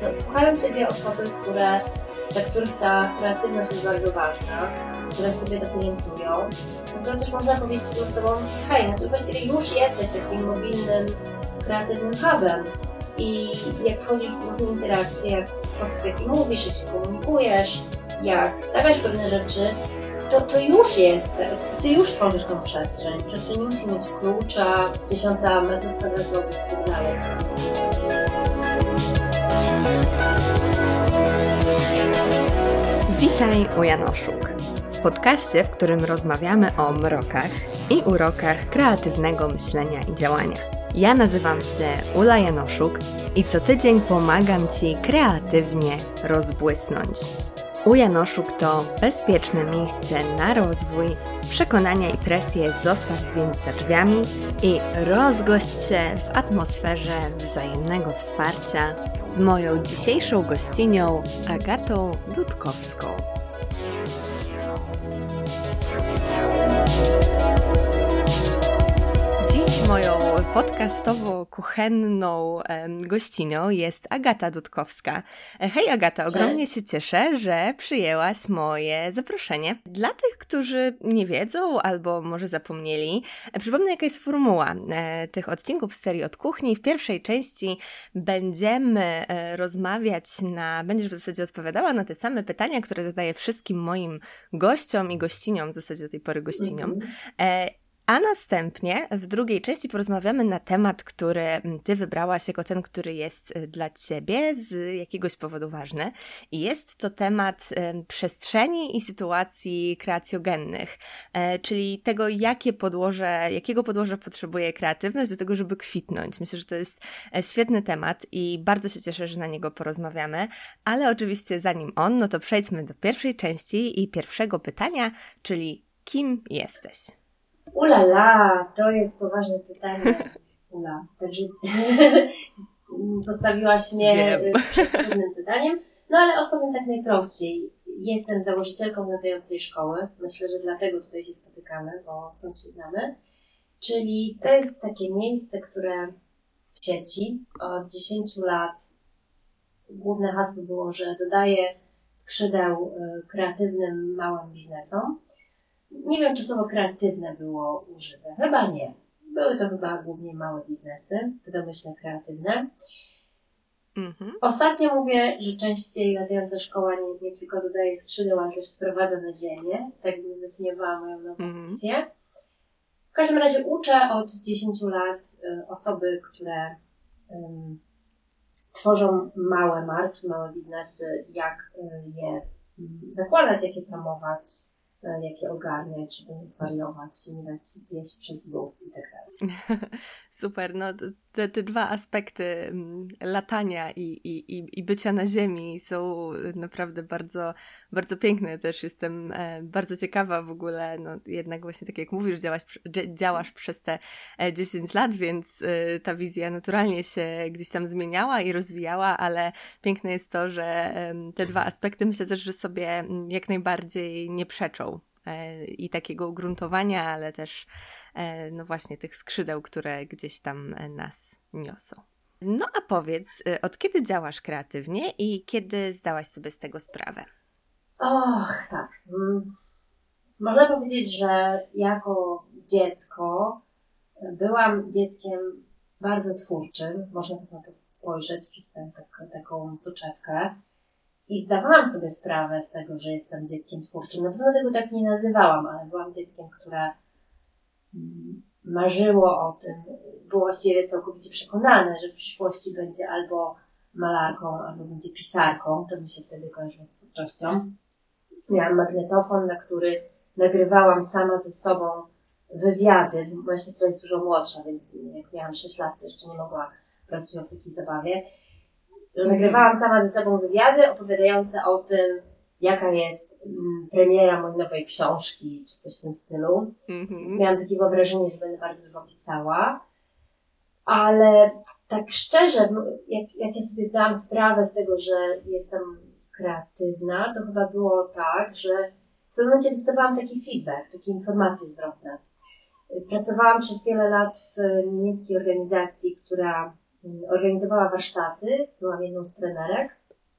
No, słuchają Ciebie osoby, dla których ta kreatywność jest bardzo ważna, które sobie to pielęgnują, no to też można powiedzieć tym osobom, hej, no to właściwie już jesteś takim mobilnym, kreatywnym hubem. I jak wchodzisz w różne interakcje, jak w sposób, w jaki mówisz, jak się komunikujesz, jak stawiasz pewne rzeczy, to już jest, ty już tworzysz tą przestrzeń. Przestrzeń nie musi mieć klucza, 1000 metrów kwadratowych itd. Witaj u Janoszuk, w podcaście, w którym rozmawiamy o mrokach i urokach kreatywnego myślenia i działania. Ja nazywam się Ula Janoszuk i co tydzień pomagam Ci kreatywnie rozbłysnąć. U Janoszuk to bezpieczne miejsce na rozwój, przekonania i presję zostaw więc za drzwiami i rozgość się w atmosferze wzajemnego wsparcia z moją dzisiejszą gościnią Agatą Dudkowską. Dziś moją podcastowo-kuchenną gościnią jest Agata Dudkowska. Hej Agata, ogromnie się cieszę, że przyjęłaś moje zaproszenie. Dla tych, którzy nie wiedzą albo może zapomnieli, przypomnę jaka jest formuła tych odcinków z serii Od Kuchni. W pierwszej części będziemy będziesz w zasadzie odpowiadała na te same pytania, które zadaję wszystkim moim gościom i gościniom, w zasadzie do tej pory gościniom. A następnie w drugiej części porozmawiamy na temat, który Ty wybrałaś jako ten, który jest dla Ciebie z jakiegoś powodu ważny. I jest to temat przestrzeni i sytuacji kreacjogennych, czyli tego, jakiego podłoża potrzebuje kreatywność do tego, żeby kwitnąć. Myślę, że to jest świetny temat i bardzo się cieszę, że na niego porozmawiamy. Ale oczywiście zanim no to przejdźmy do pierwszej części i pierwszego pytania, czyli kim jesteś? Ulala, to jest poważne pytanie, Ula. Także postawiłaś mnie przed trudnym zadaniem, no ale odpowiem tak najprościej. Jestem założycielką nadającej szkoły. Myślę, że dlatego tutaj się spotykamy, bo stąd się znamy. Czyli to jest takie miejsce, które w sieci od 10 lat główne hasło było, że dodaje skrzydeł kreatywnym małym biznesom. Nie wiem, czy słowo kreatywne było użyte. Chyba nie. Były to chyba głównie małe biznesy, w domyśle kreatywne. Ostatnio mówię, że częściej nadająca szkoła nie tylko dodaje skrzydeł, ale też sprowadza na ziemię. Tak bym zdefiniowała moją nową misję. W każdym razie uczę od 10 lat osoby, które tworzą małe marki, małe biznesy, jak je zakładać, jak je promować, jak je ogarniać, żeby nie zwariować, nie dać się zjeść przez ZUS i tak dalej. Super, no te dwa aspekty latania i bycia na ziemi są naprawdę bardzo, bardzo piękne. Też jestem bardzo ciekawa w ogóle, no jednak właśnie tak jak mówisz, działasz przez te 10 lat, więc ta wizja naturalnie się gdzieś tam zmieniała i rozwijała, ale piękne jest to, że te dwa aspekty myślę też, że sobie jak najbardziej nie przeczą. I takiego ugruntowania, ale też no właśnie tych skrzydeł, które gdzieś tam nas niosą. No a powiedz, od kiedy działasz kreatywnie i kiedy zdałaś sobie z tego sprawę? Och, tak. Można powiedzieć, że jako dziecko byłam dzieckiem bardzo twórczym. Można tak na to spojrzeć przez taką soczewkę. I zdawałam sobie sprawę z tego, że jestem dzieckiem twórczym. Na pewno tego tak nie nazywałam, ale byłam dzieckiem, które marzyło o tym, było właściwie całkowicie przekonane, że w przyszłości będzie albo malarką, albo będzie pisarką. To mi się wtedy kojarzyło z twórczością. Miałam magnetofon, na który nagrywałam sama ze sobą wywiady. Moja siostra jest dużo młodsza, więc jak miałam 6 lat, to jeszcze nie mogła brać udziału w takiej zabawie. Nagrywałam sama ze sobą wywiady opowiadające o tym, jaka jest premiera mojej nowej książki, czy coś w tym stylu. Więc miałam takie wyobrażenie, że będę bardzo dużo pisała. Ale tak szczerze, jak ja sobie zdałam sprawę z tego, że jestem kreatywna, to chyba było tak, że w pewnym momencie dostawałam taki feedback, takie informacje zwrotne. Pracowałam przez wiele lat w niemieckiej organizacji, która organizowała warsztaty, byłam jedną z trenerek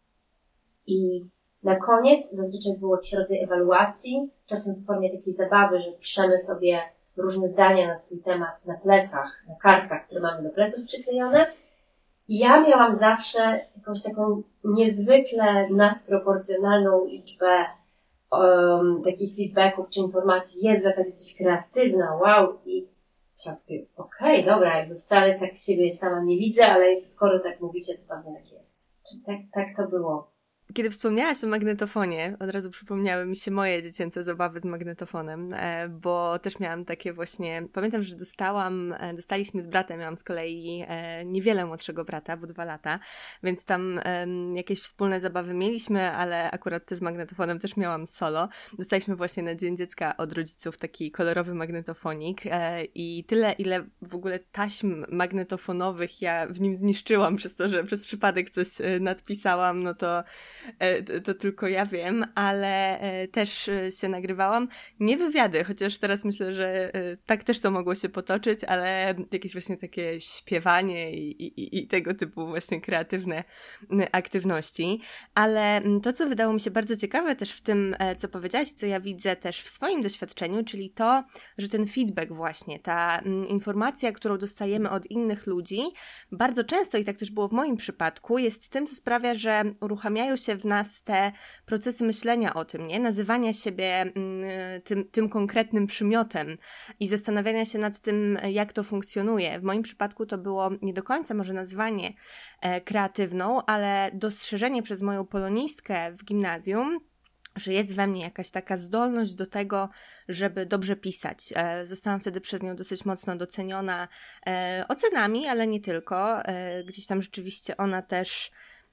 i na koniec zazwyczaj był jakiś rodzaj ewaluacji, czasem w formie takiej zabawy, że piszemy sobie różne zdania na swój temat na plecach, na kartkach, które mamy do pleców przyklejone. I ja miałam zawsze jakąś taką niezwykle nadproporcjonalną liczbę takich feedbacków czy informacji. Jezu, jaka jesteś kreatywna, wow. I chciałam sobie, okej, dobra, jakby wcale tak siebie sama nie widzę, ale skoro tak mówicie, to pewnie tak jest. Czyli tak to było. Kiedy wspomniałaś o magnetofonie, od razu przypomniały mi się moje dziecięce zabawy z magnetofonem, bo też miałam takie właśnie, pamiętam, że dostaliśmy z bratem, miałam z kolei niewiele młodszego brata, bo 2 lata, więc tam jakieś wspólne zabawy mieliśmy, ale akurat te z magnetofonem też miałam solo. Dostaliśmy właśnie na Dzień Dziecka od rodziców taki kolorowy magnetofonik i tyle, ile w ogóle taśm magnetofonowych ja w nim zniszczyłam przez to, że przez przypadek coś nadpisałam, no to tylko ja wiem, ale też się nagrywałam. Nie wywiady, chociaż teraz myślę, że tak też to mogło się potoczyć, ale jakieś właśnie takie śpiewanie i tego typu właśnie kreatywne aktywności. Ale to, co wydało mi się bardzo ciekawe też w tym, co powiedziałaś, co ja widzę też w swoim doświadczeniu, czyli to, że ten feedback właśnie, ta informacja, którą dostajemy od innych ludzi, bardzo często, i tak też było w moim przypadku, jest tym, co sprawia, że uruchamiają się w nas te procesy myślenia o tym, nie? Nazywania siebie tym konkretnym przymiotem i zastanawiania się nad tym, jak to funkcjonuje. W moim przypadku to było nie do końca może nazwanie kreatywną, ale dostrzeżenie przez moją polonistkę w gimnazjum, że jest we mnie jakaś taka zdolność do tego, żeby dobrze pisać. Zostałam wtedy przez nią dosyć mocno doceniona ocenami, ale nie tylko. Gdzieś tam rzeczywiście ona też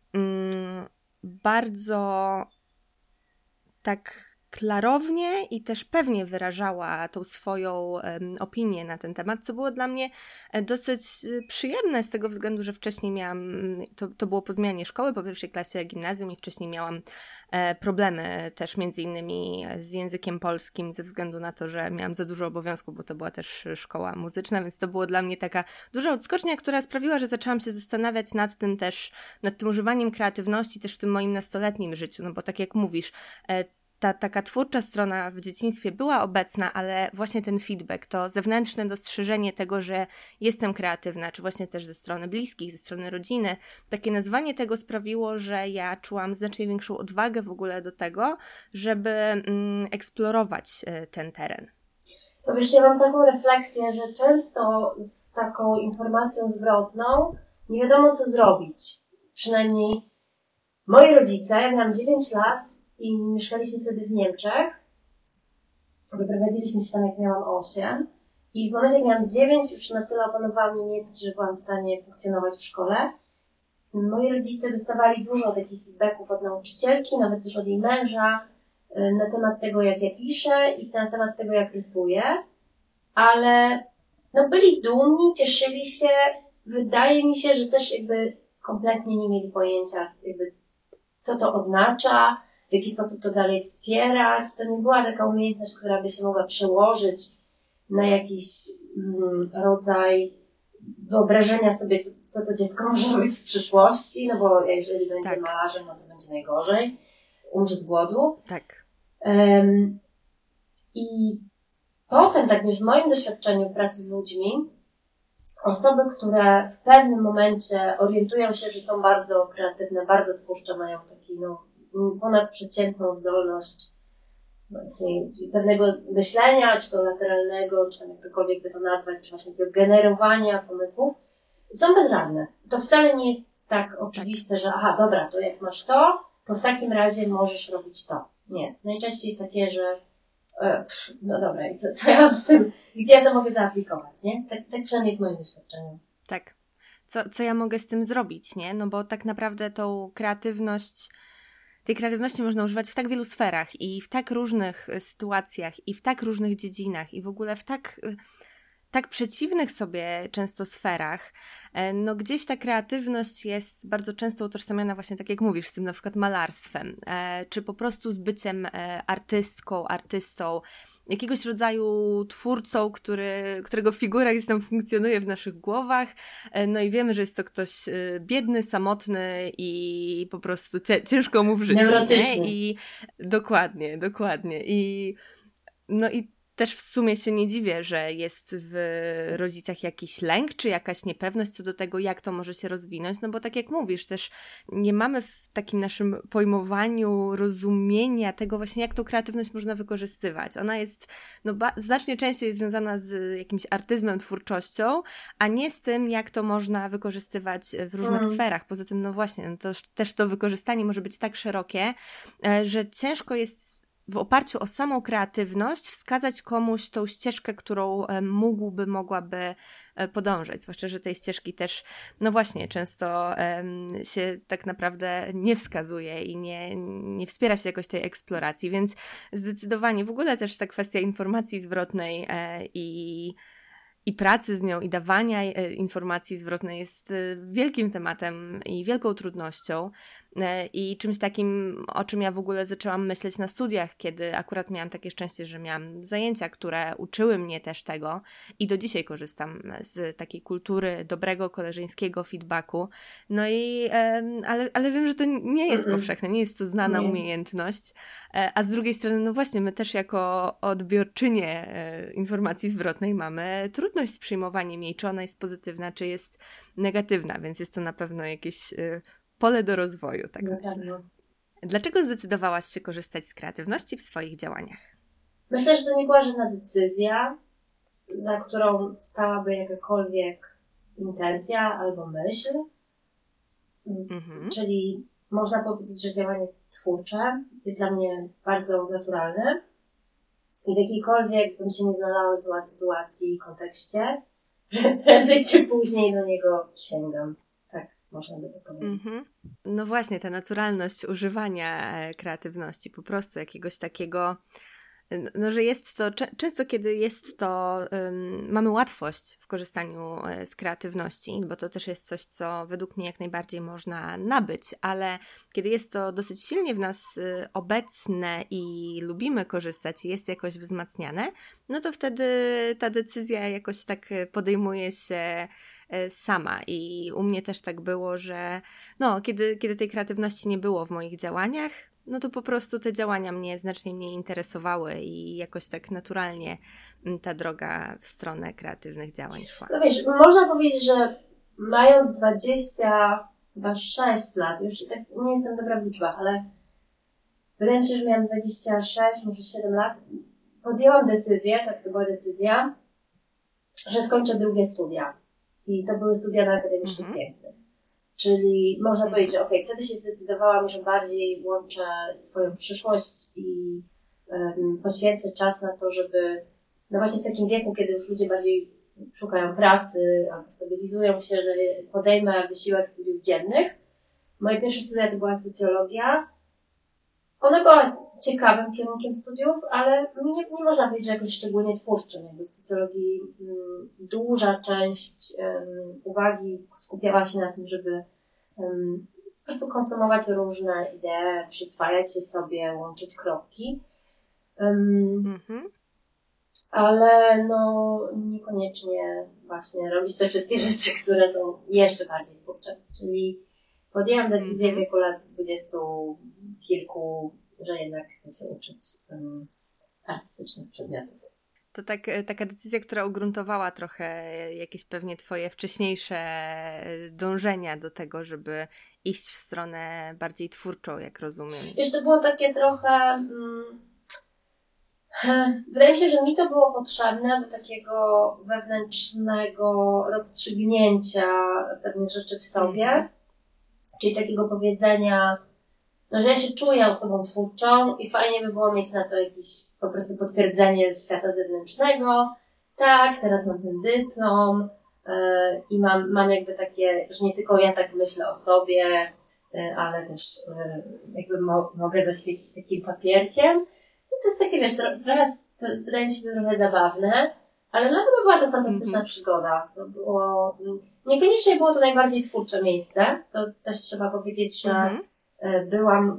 bardzo tak klarownie i też pewnie wyrażała tą swoją opinię na ten temat, co było dla mnie dosyć przyjemne z tego względu, że wcześniej to było po zmianie szkoły, po pierwszej klasie gimnazjum i wcześniej miałam problemy też między innymi z językiem polskim ze względu na to, że miałam za dużo obowiązków, bo to była też szkoła muzyczna, więc to było dla mnie taka duża odskocznia, która sprawiła, że zaczęłam się zastanawiać nad tym używaniem kreatywności też w tym moim nastoletnim życiu, no bo tak jak mówisz, ta taka twórcza strona w dzieciństwie była obecna, ale właśnie ten feedback, to zewnętrzne dostrzeżenie tego, że jestem kreatywna, czy właśnie też ze strony bliskich, ze strony rodziny, takie nazwanie tego sprawiło, że ja czułam znacznie większą odwagę w ogóle do tego, żeby eksplorować ten teren. To wiesz, ja mam taką refleksję, że często z taką informacją zwrotną nie wiadomo, co zrobić. Przynajmniej moi rodzice, ja miałam 9 lat, i mieszkaliśmy wtedy w Niemczech. Wyprowadziliśmy się tam, jak miałam 8. I w momencie, jak miałam 9, już na tyle opanowałam niemiecki, że byłam w stanie funkcjonować w szkole. Moi rodzice dostawali dużo takich feedbacków od nauczycielki, nawet też od jej męża, na temat tego, jak ja piszę i na temat tego, jak rysuję. Ale byli dumni, cieszyli się. Wydaje mi się, że też jakby kompletnie nie mieli pojęcia, co to oznacza, w jaki sposób to dalej wspierać. To nie była taka umiejętność, która by się mogła przełożyć na jakiś rodzaj wyobrażenia sobie, co to dziecko może robić w przyszłości, no bo jeżeli będzie malarzem, no to będzie najgorzej, umrze z głodu. Tak. I potem, tak już w moim doświadczeniu pracy z ludźmi, osoby, które w pewnym momencie orientują się, że są bardzo kreatywne, bardzo twórcze, mają taki ponadprzeciętną zdolność czyli pewnego myślenia, czy to lateralnego, czy tam jakkolwiek by to nazwać, czy właśnie takiego generowania pomysłów, są bezradne. To wcale nie jest tak oczywiste, że aha, dobra, to jak masz to w takim razie możesz robić to. Nie. Najczęściej jest takie, że no dobra, i co ja mam z tym, gdzie ja to mogę zaaplikować, nie? Tak przynajmniej w moim doświadczeniu. Tak. Co ja mogę z tym zrobić, nie? No bo tak naprawdę tej kreatywności można używać w tak wielu sferach i w tak różnych sytuacjach i w tak różnych dziedzinach i w ogóle w tak tak przeciwnych sobie często sferach, no gdzieś ta kreatywność jest bardzo często utożsamiana właśnie, tak jak mówisz, z tym na przykład malarstwem, czy po prostu z byciem artystką, artystą, jakiegoś rodzaju twórcą, którego figura gdzieś tam funkcjonuje w naszych głowach, no i wiemy, że jest to ktoś biedny, samotny i po prostu ciężko mu w życiu. Neurotyczny. I dokładnie. No i też w sumie się nie dziwię, że jest w rodzicach jakiś lęk, czy jakaś niepewność co do tego, jak to może się rozwinąć, no bo tak jak mówisz, też nie mamy w takim naszym pojmowaniu rozumienia tego właśnie, jak tą kreatywność można wykorzystywać. Ona jest znacznie częściej związana z jakimś artyzmem, twórczością, a nie z tym, jak to można wykorzystywać w różnych sferach. Poza tym, no właśnie, to też to wykorzystanie może być tak szerokie, że ciężko jest w oparciu o samą kreatywność wskazać komuś tą ścieżkę, którą mogłaby podążać. Zwłaszcza, że tej ścieżki też, no właśnie, często się tak naprawdę nie wskazuje i nie wspiera się jakoś tej eksploracji, więc zdecydowanie w ogóle też ta kwestia informacji zwrotnej i pracy z nią i dawania informacji zwrotnej jest wielkim tematem i wielką trudnością i czymś takim, o czym ja w ogóle zaczęłam myśleć na studiach, kiedy akurat miałam takie szczęście, że miałam zajęcia, które uczyły mnie też tego i do dzisiaj korzystam z takiej kultury dobrego, koleżeńskiego feedbacku. No i, ale wiem, że to nie jest powszechne, nie jest to znana umiejętność, a z drugiej strony, no właśnie, my też jako odbiorczynie informacji zwrotnej mamy trudność z przyjmowaniem jej, czy ona jest pozytywna, czy jest negatywna, więc jest to na pewno jakieś pole do rozwoju, tak myślę. Dlaczego zdecydowałaś się korzystać z kreatywności w swoich działaniach? Myślę, że to nie była żadna decyzja, za którą stałaby jakakolwiek intencja albo myśl. Czyli można powiedzieć, że działanie twórcze jest dla mnie bardzo naturalne i w jakiejkolwiek bym się nie znalazła sytuacji, kontekście, prędzej czy później do niego sięgam. Tak, można by to powiedzieć. No właśnie, ta naturalność używania kreatywności, po prostu jakiegoś takiego, no że jest to, często kiedy jest to, mamy łatwość w korzystaniu z kreatywności, bo to też jest coś, co według mnie jak najbardziej można nabyć, ale kiedy jest to dosyć silnie w nas obecne i lubimy korzystać i jest jakoś wzmacniane, no to wtedy ta decyzja jakoś tak podejmuje się sama i u mnie też tak było, że no, kiedy tej kreatywności nie było w moich działaniach, no to po prostu te działania mnie znacznie mniej interesowały i jakoś tak naturalnie ta droga w stronę kreatywnych działań szła. No wiesz, można powiedzieć, że mając 26 lat, już tak nie jestem dobra w liczbach, ale wydaje mi się, że miałam 26, może 7 lat, podjęłam decyzję, tak to była decyzja, że skończę drugie studia. I to były studia na Akademii Sztuk Pięknych. Czyli można powiedzieć, że wtedy się zdecydowałam, że bardziej łączę swoją przyszłość i poświęcę czas na to, żeby, no właśnie w takim wieku, kiedy już ludzie bardziej szukają pracy albo stabilizują się, że podejmę wysiłek studiów dziennych. Moje pierwsze studia to była socjologia. Ona była ciekawym kierunkiem studiów, ale nie można powiedzieć, że jakoś szczególnie twórczym. Jakby w socjologii duża część uwagi skupiała się na tym, żeby po prostu konsumować różne idee, przyswajać je sobie, łączyć kropki. Ale no niekoniecznie właśnie robić te wszystkie rzeczy, które są jeszcze bardziej twórcze. Czyli podjęłam decyzję w wieku lat 20 kilku, że jednak chcę się uczyć artystycznych przedmiotów. To taka decyzja, która ugruntowała trochę jakieś pewnie twoje wcześniejsze dążenia do tego, żeby iść w stronę bardziej twórczą, jak rozumiem. Wiesz, to było takie trochę... Wydaje mi się, że mi to było potrzebne do takiego wewnętrznego rozstrzygnięcia pewnych rzeczy w sobie. Czyli takiego powiedzenia, no, że ja się czuję osobą twórczą i fajnie by było mieć na to jakieś po prostu potwierdzenie z świata zewnętrznego. Tak, teraz mam ten dyplom i mam jakby takie, że nie tylko ja tak myślę o sobie, ale też jakby mogę zaświecić takim papierkiem. I to jest takie, wiesz, trochę, wydaje mi się to trochę zabawne. Ale na pewno była to fantastyczna przygoda. To było, niekoniecznie było to najbardziej twórcze miejsce. To też trzeba powiedzieć, że byłam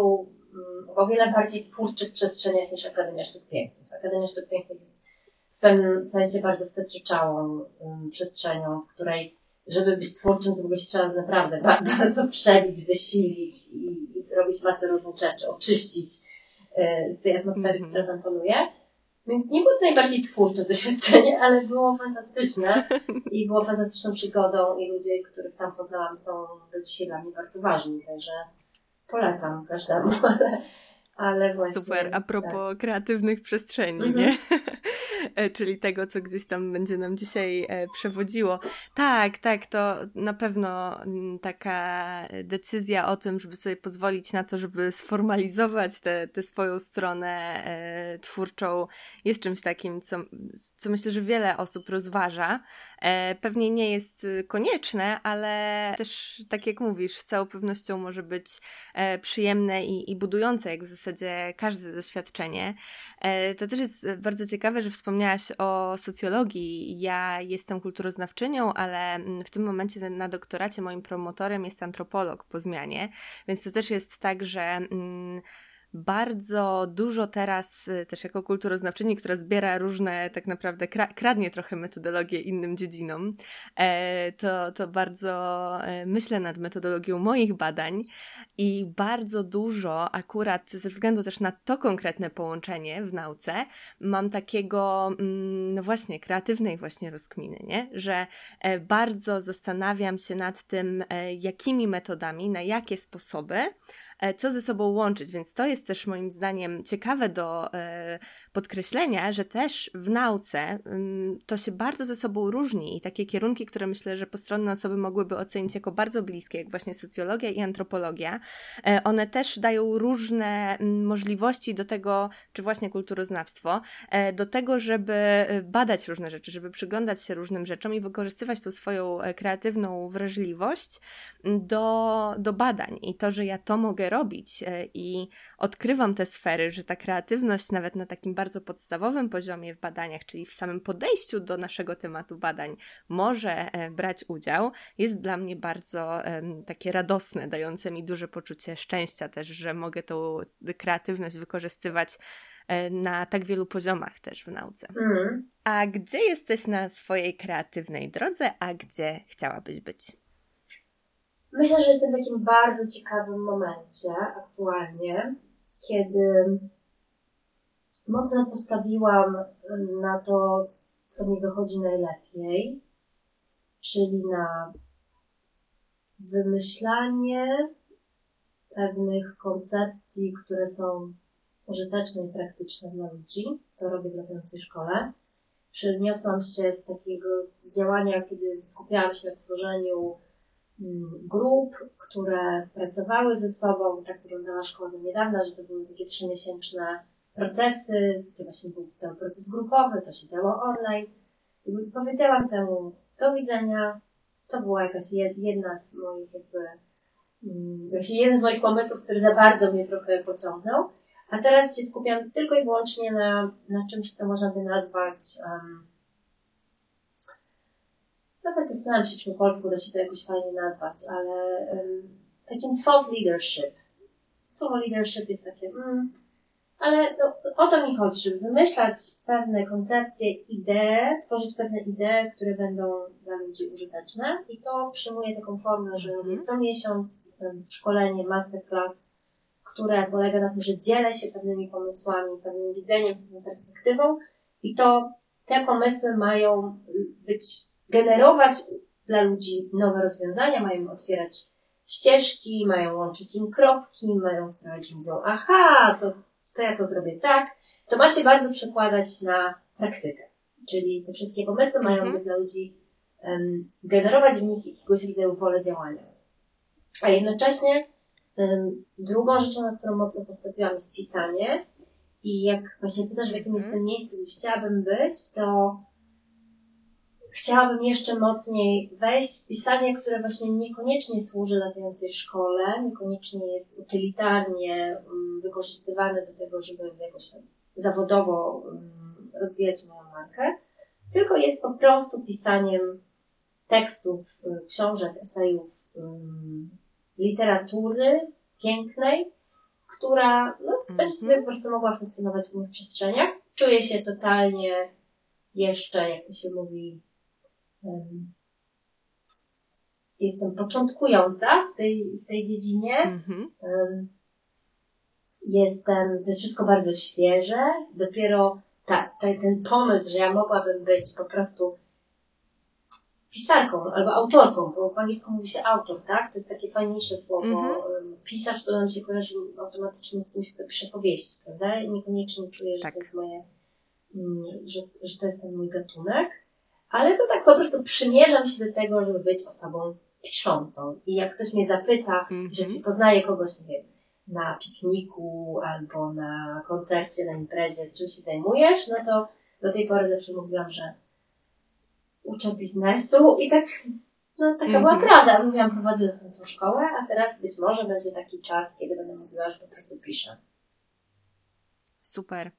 w o wiele bardziej twórczych przestrzeniach niż Akademia Sztuk Pięknych. Akademia Sztuk Pięknych jest w pewnym sensie bardzo stetryczałą przestrzenią, w której, żeby być twórczym, to byś trzeba naprawdę bardzo przebić, wysilić i zrobić masę różnych rzeczy, oczyścić z tej atmosfery, która tam panuje. Więc nie było to najbardziej twórcze doświadczenie, ale było fantastyczne i było fantastyczną przygodą i ludzie, których tam poznałam, są do dzisiaj dla mnie bardzo ważni, także polecam każdemu, ale właśnie. Super, a propos kreatywnych przestrzeni, nie? Czyli tego, co gdzieś tam będzie nam dzisiaj przewodziło. Tak, to na pewno taka decyzja o tym, żeby sobie pozwolić na to, żeby sformalizować tę swoją stronę twórczą, jest czymś takim, co myślę, że wiele osób rozważa. Pewnie nie jest konieczne, ale też, tak jak mówisz, z całą pewnością może być przyjemne i budujące, jak w zasadzie każde doświadczenie. To też jest bardzo ciekawe, że wspomniałaś o socjologii. Ja jestem kulturoznawczynią, ale w tym momencie na doktoracie moim promotorem jest antropolog po zmianie, więc to też jest tak, że bardzo dużo teraz, też jako kulturoznawczyni, która zbiera różne, tak naprawdę kradnie trochę metodologię innym dziedzinom, to bardzo myślę nad metodologią moich badań i bardzo dużo akurat ze względu też na to konkretne połączenie w nauce mam takiego, no właśnie, kreatywnej właśnie rozkminy, nie? Że bardzo zastanawiam się nad tym, jakimi metodami, na jakie sposoby co ze sobą łączyć, więc to jest też moim zdaniem ciekawe do podkreślenia, że też w nauce to się bardzo ze sobą różni i takie kierunki, które myślę, że postronne osoby mogłyby ocenić jako bardzo bliskie, jak właśnie socjologia i antropologia, one też dają różne możliwości do tego, czy właśnie kulturoznawstwo, do tego, żeby badać różne rzeczy, żeby przyglądać się różnym rzeczom i wykorzystywać tą swoją kreatywną wrażliwość do badań i to, że ja to mogę robić i odkrywam te sfery, że ta kreatywność nawet na takim bardzo podstawowym poziomie w badaniach, czyli w samym podejściu do naszego tematu badań może brać udział, jest dla mnie bardzo takie radosne, dające mi duże poczucie szczęścia też, że mogę tą kreatywność wykorzystywać na tak wielu poziomach też w nauce. A gdzie jesteś na swojej kreatywnej drodze, a gdzie chciałabyś być? Myślę, że jestem w takim bardzo ciekawym momencie aktualnie, kiedy mocno postawiłam na to, co mi wychodzi najlepiej, czyli na wymyślanie pewnych koncepcji, które są użyteczne i praktyczne dla ludzi. To robię w latającej szkole. Przeniosłam się z takiego działania, kiedy skupiałam się na tworzeniu grup, które pracowały ze sobą. Tak wyglądała szkoła do niedawna, że to były takie 3-miesięczne procesy, gdzie właśnie był cały proces grupowy, to się działo online. I powiedziałam temu do widzenia. To była jakaś jedna z moich właśnie jeden z moich pomysłów, który za bardzo mnie trochę pociągnął. A teraz się skupiam tylko i wyłącznie na czymś, co można by nazwać nawet zastanawiam się, czy po polsku da się to jakoś fajnie nazwać, ale takim thought leadership. Słowo leadership jest takie, ale no, o to mi chodzi, żeby wymyślać pewne koncepcje, idee, tworzyć pewne idee, które będą dla ludzi użyteczne i to przyjmuje taką formę, że robię co miesiąc szkolenie, masterclass, które polega na tym, że dzielę się pewnymi pomysłami, pewnym widzeniem, pewną perspektywą i to te pomysły mają generować dla ludzi nowe rozwiązania, mają otwierać ścieżki, mają łączyć im kropki, mają sprawiać, że mówią, aha, to ja to zrobię tak. To ma się bardzo przekładać na praktykę. Czyli te wszystkie pomysły mają być dla ludzi generować w nich jakiegoś rodzaju wolę działania. A jednocześnie drugą rzeczą, na którą mocno postawiłam, jest pisanie. I jak właśnie pytasz, w jakim jest tym miejscu, gdzie chciałabym być, to chciałabym jeszcze mocniej wejść w pisanie, które właśnie niekoniecznie służy latającej szkole, niekoniecznie jest utylitarnie wykorzystywane do tego, żeby jakoś tam zawodowo rozwijać moją markę, tylko jest po prostu pisaniem tekstów, książek, esejów, literatury pięknej, która będzie sobie po prostu mogła funkcjonować w innych przestrzeniach. Czuję się totalnie jeszcze, jak to się mówi, jestem początkująca w tej dziedzinie. To jest wszystko bardzo świeże. Dopiero ten pomysł, że ja mogłabym być po prostu pisarką albo autorką, bo po angielsku mówi się autor, tak? To jest takie fajniejsze słowo. Pisarz to nam się kojarzy automatycznie z kimś, kto pisze powieści, prawda? I niekoniecznie czuję, że to jest moje, że to jest ten mój gatunek. Ale to tak po prostu przymierzam się do tego, żeby być osobą piszącą. I jak ktoś mnie zapyta, że ci poznaje kogoś, nie wiem, na pikniku albo na koncercie, na imprezie, czym się zajmujesz, no to do tej pory zawsze mówiłam, że uczę biznesu i tak, taka była prawda. Mówiłam, prowadzę do końca szkołę, a teraz być może będzie taki czas, kiedy będę mówiła, że po prostu piszę. Super.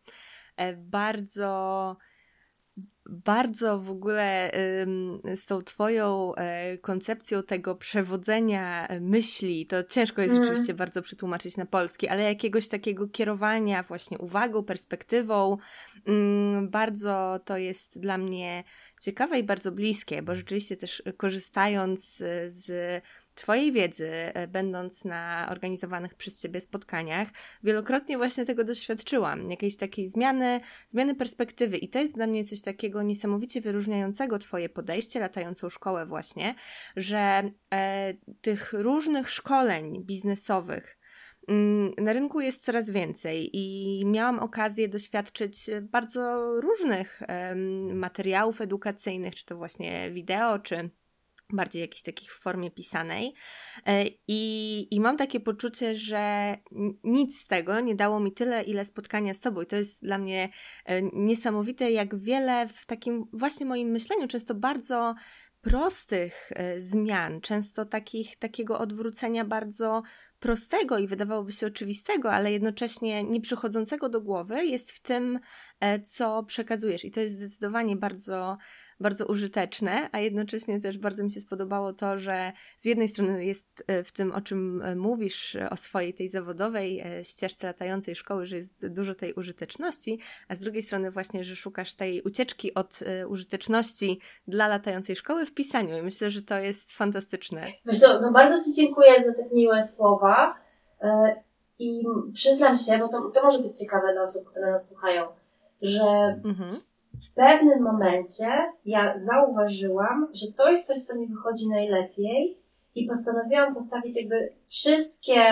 Bardzo w ogóle z tą twoją koncepcją tego przewodzenia myśli, to ciężko jest rzeczywiście bardzo przetłumaczyć na polski, ale jakiegoś takiego kierowania właśnie uwagą, perspektywą, bardzo to jest dla mnie ciekawe i bardzo bliskie, bo rzeczywiście też korzystając z twojej wiedzy, będąc na organizowanych przez ciebie spotkaniach, wielokrotnie właśnie tego doświadczyłam. Jakiejś takiej zmiany perspektywy. I to jest dla mnie coś takiego niesamowicie wyróżniającego twoje podejście, latającą szkołę właśnie, że tych różnych szkoleń biznesowych na rynku jest coraz więcej i miałam okazję doświadczyć bardzo różnych materiałów edukacyjnych, czy to właśnie wideo, czy bardziej jakichś takich w formie pisanej i mam takie poczucie, że nic z tego nie dało mi tyle, ile spotkania z tobą i to jest dla mnie niesamowite, jak wiele w takim właśnie moim myśleniu, często bardzo prostych zmian, często takiego odwrócenia bardzo prostego i wydawałoby się oczywistego, ale jednocześnie nie przychodzącego do głowy jest w tym, co przekazujesz i to jest zdecydowanie bardzo, bardzo użyteczne, a jednocześnie też bardzo mi się spodobało to, że z jednej strony jest w tym, o czym mówisz, o swojej tej zawodowej ścieżce latającej szkoły, że jest dużo tej użyteczności, a z drugiej strony właśnie, że szukasz tej ucieczki od użyteczności dla latającej szkoły w pisaniu i myślę, że to jest fantastyczne. Wiesz co, bardzo Ci dziękuję za te miłe słowa i przyznam się, bo to może być ciekawe dla osób, które nas słuchają, że w pewnym momencie ja zauważyłam, że to jest coś, co mi wychodzi najlepiej i postanowiłam postawić jakby wszystkie,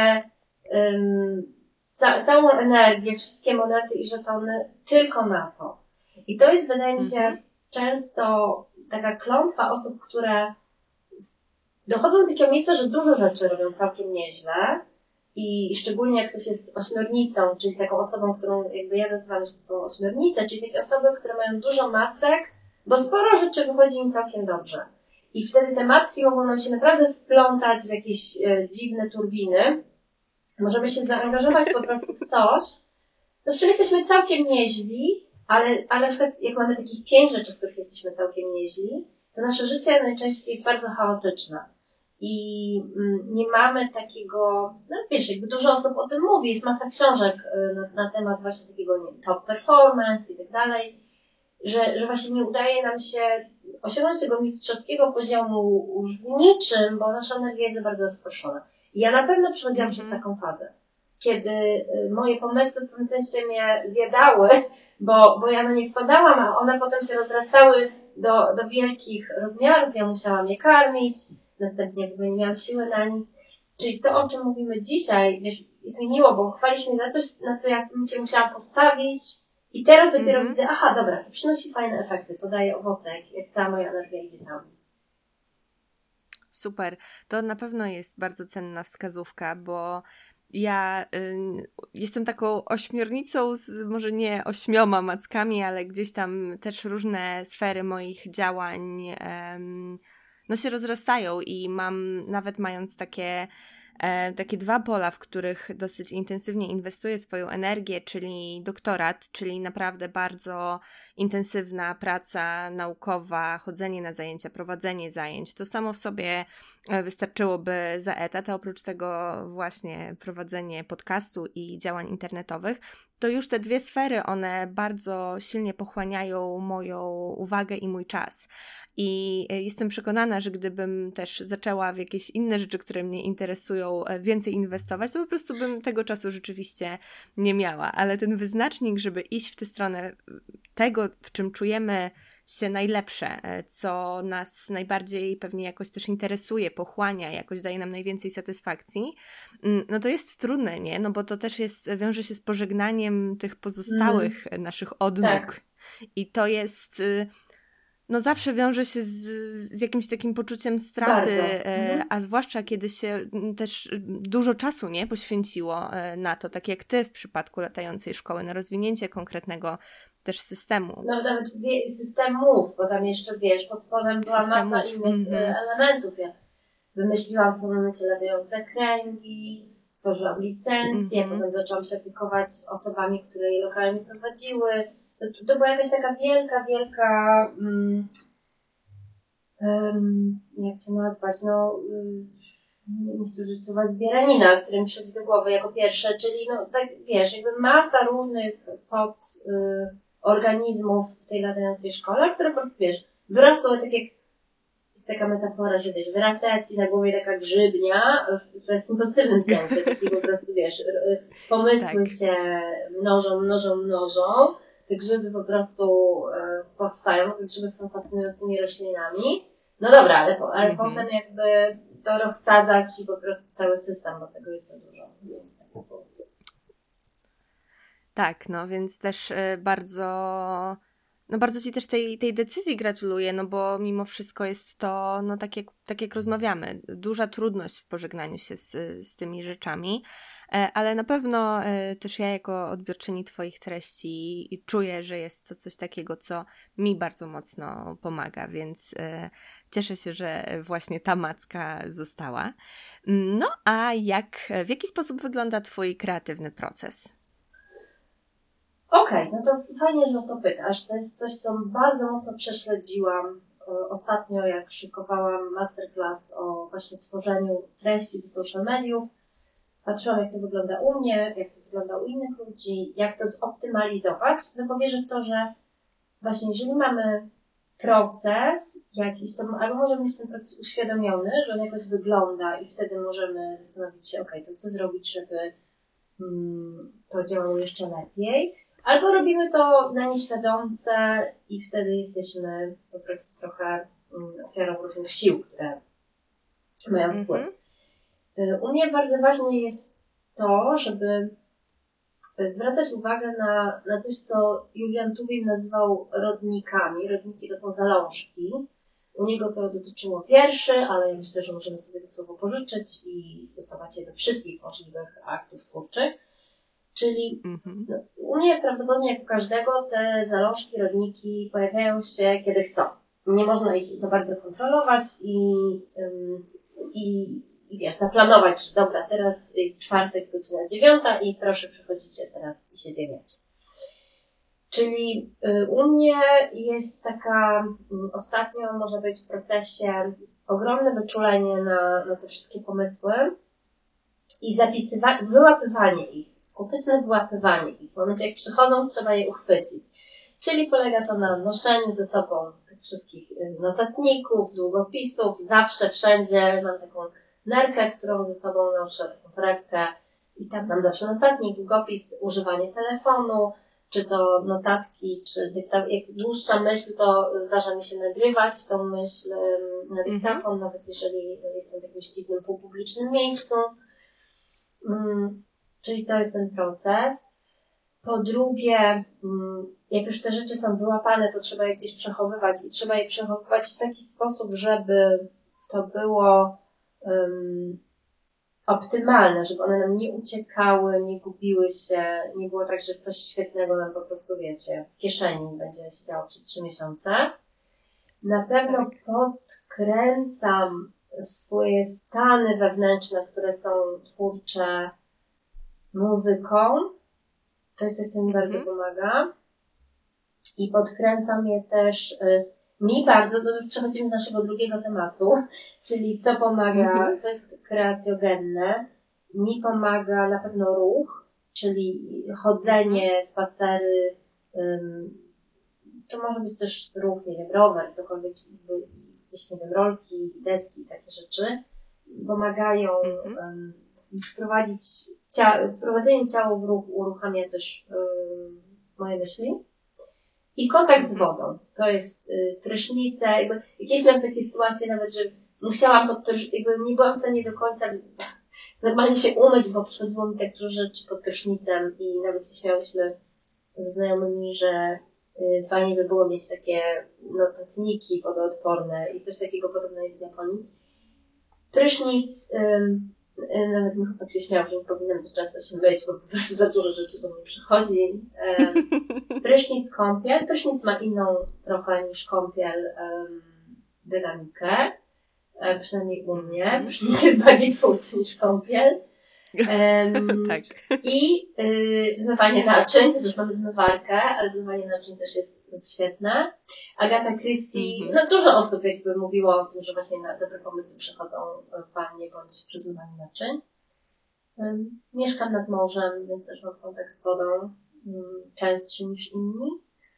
całą energię, wszystkie monety i żetony tylko na to. I to jest, wydaje mi się, często taka klątwa osób, które dochodzą do takiego miejsca, że dużo rzeczy robią całkiem nieźle i szczególnie jak ktoś jest ośmiornicą, czyli taką osobą, którą jakby ja nazywam, że to są ośmiornice, czyli takie osoby, które mają dużo macek, bo sporo rzeczy wychodzi im całkiem dobrze. I wtedy te macki mogą nam się naprawdę wplątać w jakieś dziwne turbiny. Możemy się zaangażować po prostu w coś, w czym jesteśmy całkiem nieźli, ale na przykład jak mamy takich 5 rzeczy, w których jesteśmy całkiem nieźli, to nasze życie najczęściej jest bardzo chaotyczne. I nie mamy takiego, wiesz, jakby dużo osób o tym mówi, jest masa książek na temat właśnie takiego, nie wiem, top performance i tak dalej, że właśnie nie udaje nam się osiągnąć tego mistrzowskiego poziomu w niczym, bo nasza energia jest za bardzo rozproszona. I ja na pewno przechodziłam przez taką fazę, kiedy moje pomysły w pewnym sensie mnie zjadały, bo ja na nie wpadałam, a one potem się rozrastały do wielkich rozmiarów, ja musiałam je karmić, następnie w ogóle nie miałam siły na nic. Czyli to, o czym mówimy dzisiaj, wiesz, jest mi miło, bo chwalisz mnie za coś, na co ja cię musiałam postawić i teraz dopiero widzę, aha, dobra, to przynosi fajne efekty, to daje owoce, jak cała moja energia idzie tam. Super. To na pewno jest bardzo cenna wskazówka, bo ja jestem taką ośmiornicą z może nie 8 mackami, ale gdzieś tam też różne sfery moich działań się rozrastają i mam, nawet mając takie takie dwa pola, w których dosyć intensywnie inwestuję swoją energię, czyli doktorat, czyli naprawdę bardzo intensywna praca naukowa, chodzenie na zajęcia, prowadzenie zajęć. To samo w sobie wystarczyłoby za etat, a oprócz tego właśnie prowadzenie podcastu i działań internetowych, to już te dwie sfery, one bardzo silnie pochłaniają moją uwagę i mój czas. I jestem przekonana, że gdybym też zaczęła w jakieś inne rzeczy, które mnie interesują, więcej inwestować, to po prostu bym tego czasu rzeczywiście nie miała. Ale ten wyznacznik, żeby iść w tę stronę tego, w czym czujemy się najlepsze, co nas najbardziej pewnie jakoś też interesuje, pochłania, jakoś daje nam najwięcej satysfakcji, no to jest trudne, nie? No bo to też wiąże się z pożegnaniem tych pozostałych naszych odnóg. Tak. I to jest... No zawsze wiąże się z jakimś takim poczuciem straty, a zwłaszcza kiedy się też dużo czasu nie poświęciło na to, tak jak ty w przypadku latającej szkoły, na rozwinięcie konkretnego też systemu. No nawet systemów, bo tam jeszcze wiesz, pod spodem była masa innych elementów. Ja wymyśliłam w tym momencie latające kręgi, stworzyłam licencję, potem zaczęłam się opiekować osobami, które je lokalnie prowadziły. To była jakaś taka wielka, jak to nazwać, nie chcę użyć słowa zbieranina, które mi przychodzi do głowy jako pierwsze, czyli no tak wiesz, jakby masa różnych organizmów w tej latającej szkole, które po prostu wiesz, wyrosły tak jak jest taka metafora, że wiesz, wyrasta ci na głowie taka grzybnia, w takim pozytywnym sensie, taki po prostu wiesz, pomysły się mnożą, te grzyby po prostu powstają, te grzyby są fascynującymi roślinami. No dobra, ale potem jakby to rozsadza ci po prostu cały system, bo tego jest za dużo. Więc tak to było. Tak, no więc też bardzo ci też tej decyzji gratuluję, no bo mimo wszystko jest to, no tak jak rozmawiamy, duża trudność w pożegnaniu się z tymi rzeczami, ale na pewno też ja jako odbiorczyni twoich treści czuję, że jest to coś takiego, co mi bardzo mocno pomaga, więc cieszę się, że właśnie ta macka została. No a w jaki sposób wygląda twój kreatywny proces? Okej, no to fajnie, że o to pytasz. To jest coś, co bardzo mocno prześledziłam ostatnio, jak szykowałam masterclass o właśnie tworzeniu treści do social mediów. Patrzyłam, jak to wygląda u mnie, jak to wygląda u innych ludzi, jak to zoptymalizować. No bo wierzę w to, że właśnie jeżeli mamy proces jakiś, to albo możemy mieć ten proces uświadomiony, że on jakoś wygląda i wtedy możemy zastanowić się, to co zrobić, żeby to działało jeszcze lepiej. Albo robimy to na nieświadomce i wtedy jesteśmy po prostu trochę ofiarą różnych sił, które mają wpływ. U mnie bardzo ważne jest to, żeby zwracać uwagę na coś, co Julian Tuwim nazywał rodnikami. Rodniki to są zalążki. U niego to dotyczyło wierszy, ale ja myślę, że możemy sobie to słowo pożyczyć i stosować je do wszystkich możliwych aktów twórczych. Czyli u mnie prawdopodobnie jak u każdego te zalążki, rodniki pojawiają się kiedy chcą. Nie można ich za bardzo kontrolować i wiesz, zaplanować, że dobra, teraz jest czwartek, godzina 9 i proszę przychodzicie teraz i się zjawiacie. Czyli u mnie jest taka, ostatnio może być w procesie ogromne wyczulenie na te wszystkie pomysły i wyłapywanie ich, skuteczne wyłapywanie ich. W momencie jak przychodzą, trzeba je uchwycić. Czyli polega to na noszeniu ze sobą tych wszystkich notatników, długopisów, zawsze, wszędzie. Mam taką nerkę, którą ze sobą noszę, taką torebkę i tam mam zawsze notatnik, długopis, używanie telefonu, czy to notatki, czy jak dłuższa myśl, to zdarza mi się nagrywać tą myśl na dyktafon, nawet jeżeli jestem w jakimś dziwnym, półpublicznym miejscu. Czyli to jest ten proces. Po drugie, jak już te rzeczy są wyłapane, to trzeba je gdzieś przechowywać i trzeba je przechowywać w taki sposób, żeby to było optymalne, żeby one nam nie uciekały, nie gubiły się, nie było tak, że coś świetnego nam po prostu, wiecie, w kieszeni będzie siedziało przez 3 miesiące. Na pewno podkręcam swoje stany wewnętrzne, które są twórcze muzyką. To jest coś, co mi bardzo pomaga. I podkręca mnie też, mi bardzo, to już przechodzimy do naszego drugiego tematu, czyli co pomaga, co jest kreacjogenne. Mi pomaga na pewno ruch, czyli chodzenie, spacery, to może być też ruch, nie wiem, rower, cokolwiek, jakieś, nie wiem, rolki, deski, takie rzeczy. Pomagają wprowadzenie ciała w ruch uruchamia też moje myśli. I kontakt z wodą. To jest prysznice, jakieś miałam takie sytuacje nawet, że musiałam nie byłam w stanie do końca normalnie się umyć, bo przychodziło mi tak dużo rzeczy pod prysznicem i nawet się śmiałyśmy ze znajomymi, że fajnie by było mieć takie notatniki wodoodporne i coś takiego podobnego jest w Japonii. Prysznic, nawet mój chłopak się śmiał, że nie powinnam za często się myć, bo po prostu za dużo rzeczy do mnie przychodzi. Prysznic, kąpiel. Prysznic ma inną trochę niż kąpiel dynamikę, przynajmniej u mnie. Prysznic jest bardziej twórczy niż kąpiel. Tak. I zmywanie naczyń, chociaż mamy zmywarkę, ale zmywanie naczyń też jest świetne. Agatha Christie, dużo osób jakby mówiło o tym, że właśnie dobre pomysły przychodzą w wannie bądź przy zmywaniu naczyń. Mieszkam nad morzem, więc też mam kontakt z wodą częstszy niż inni.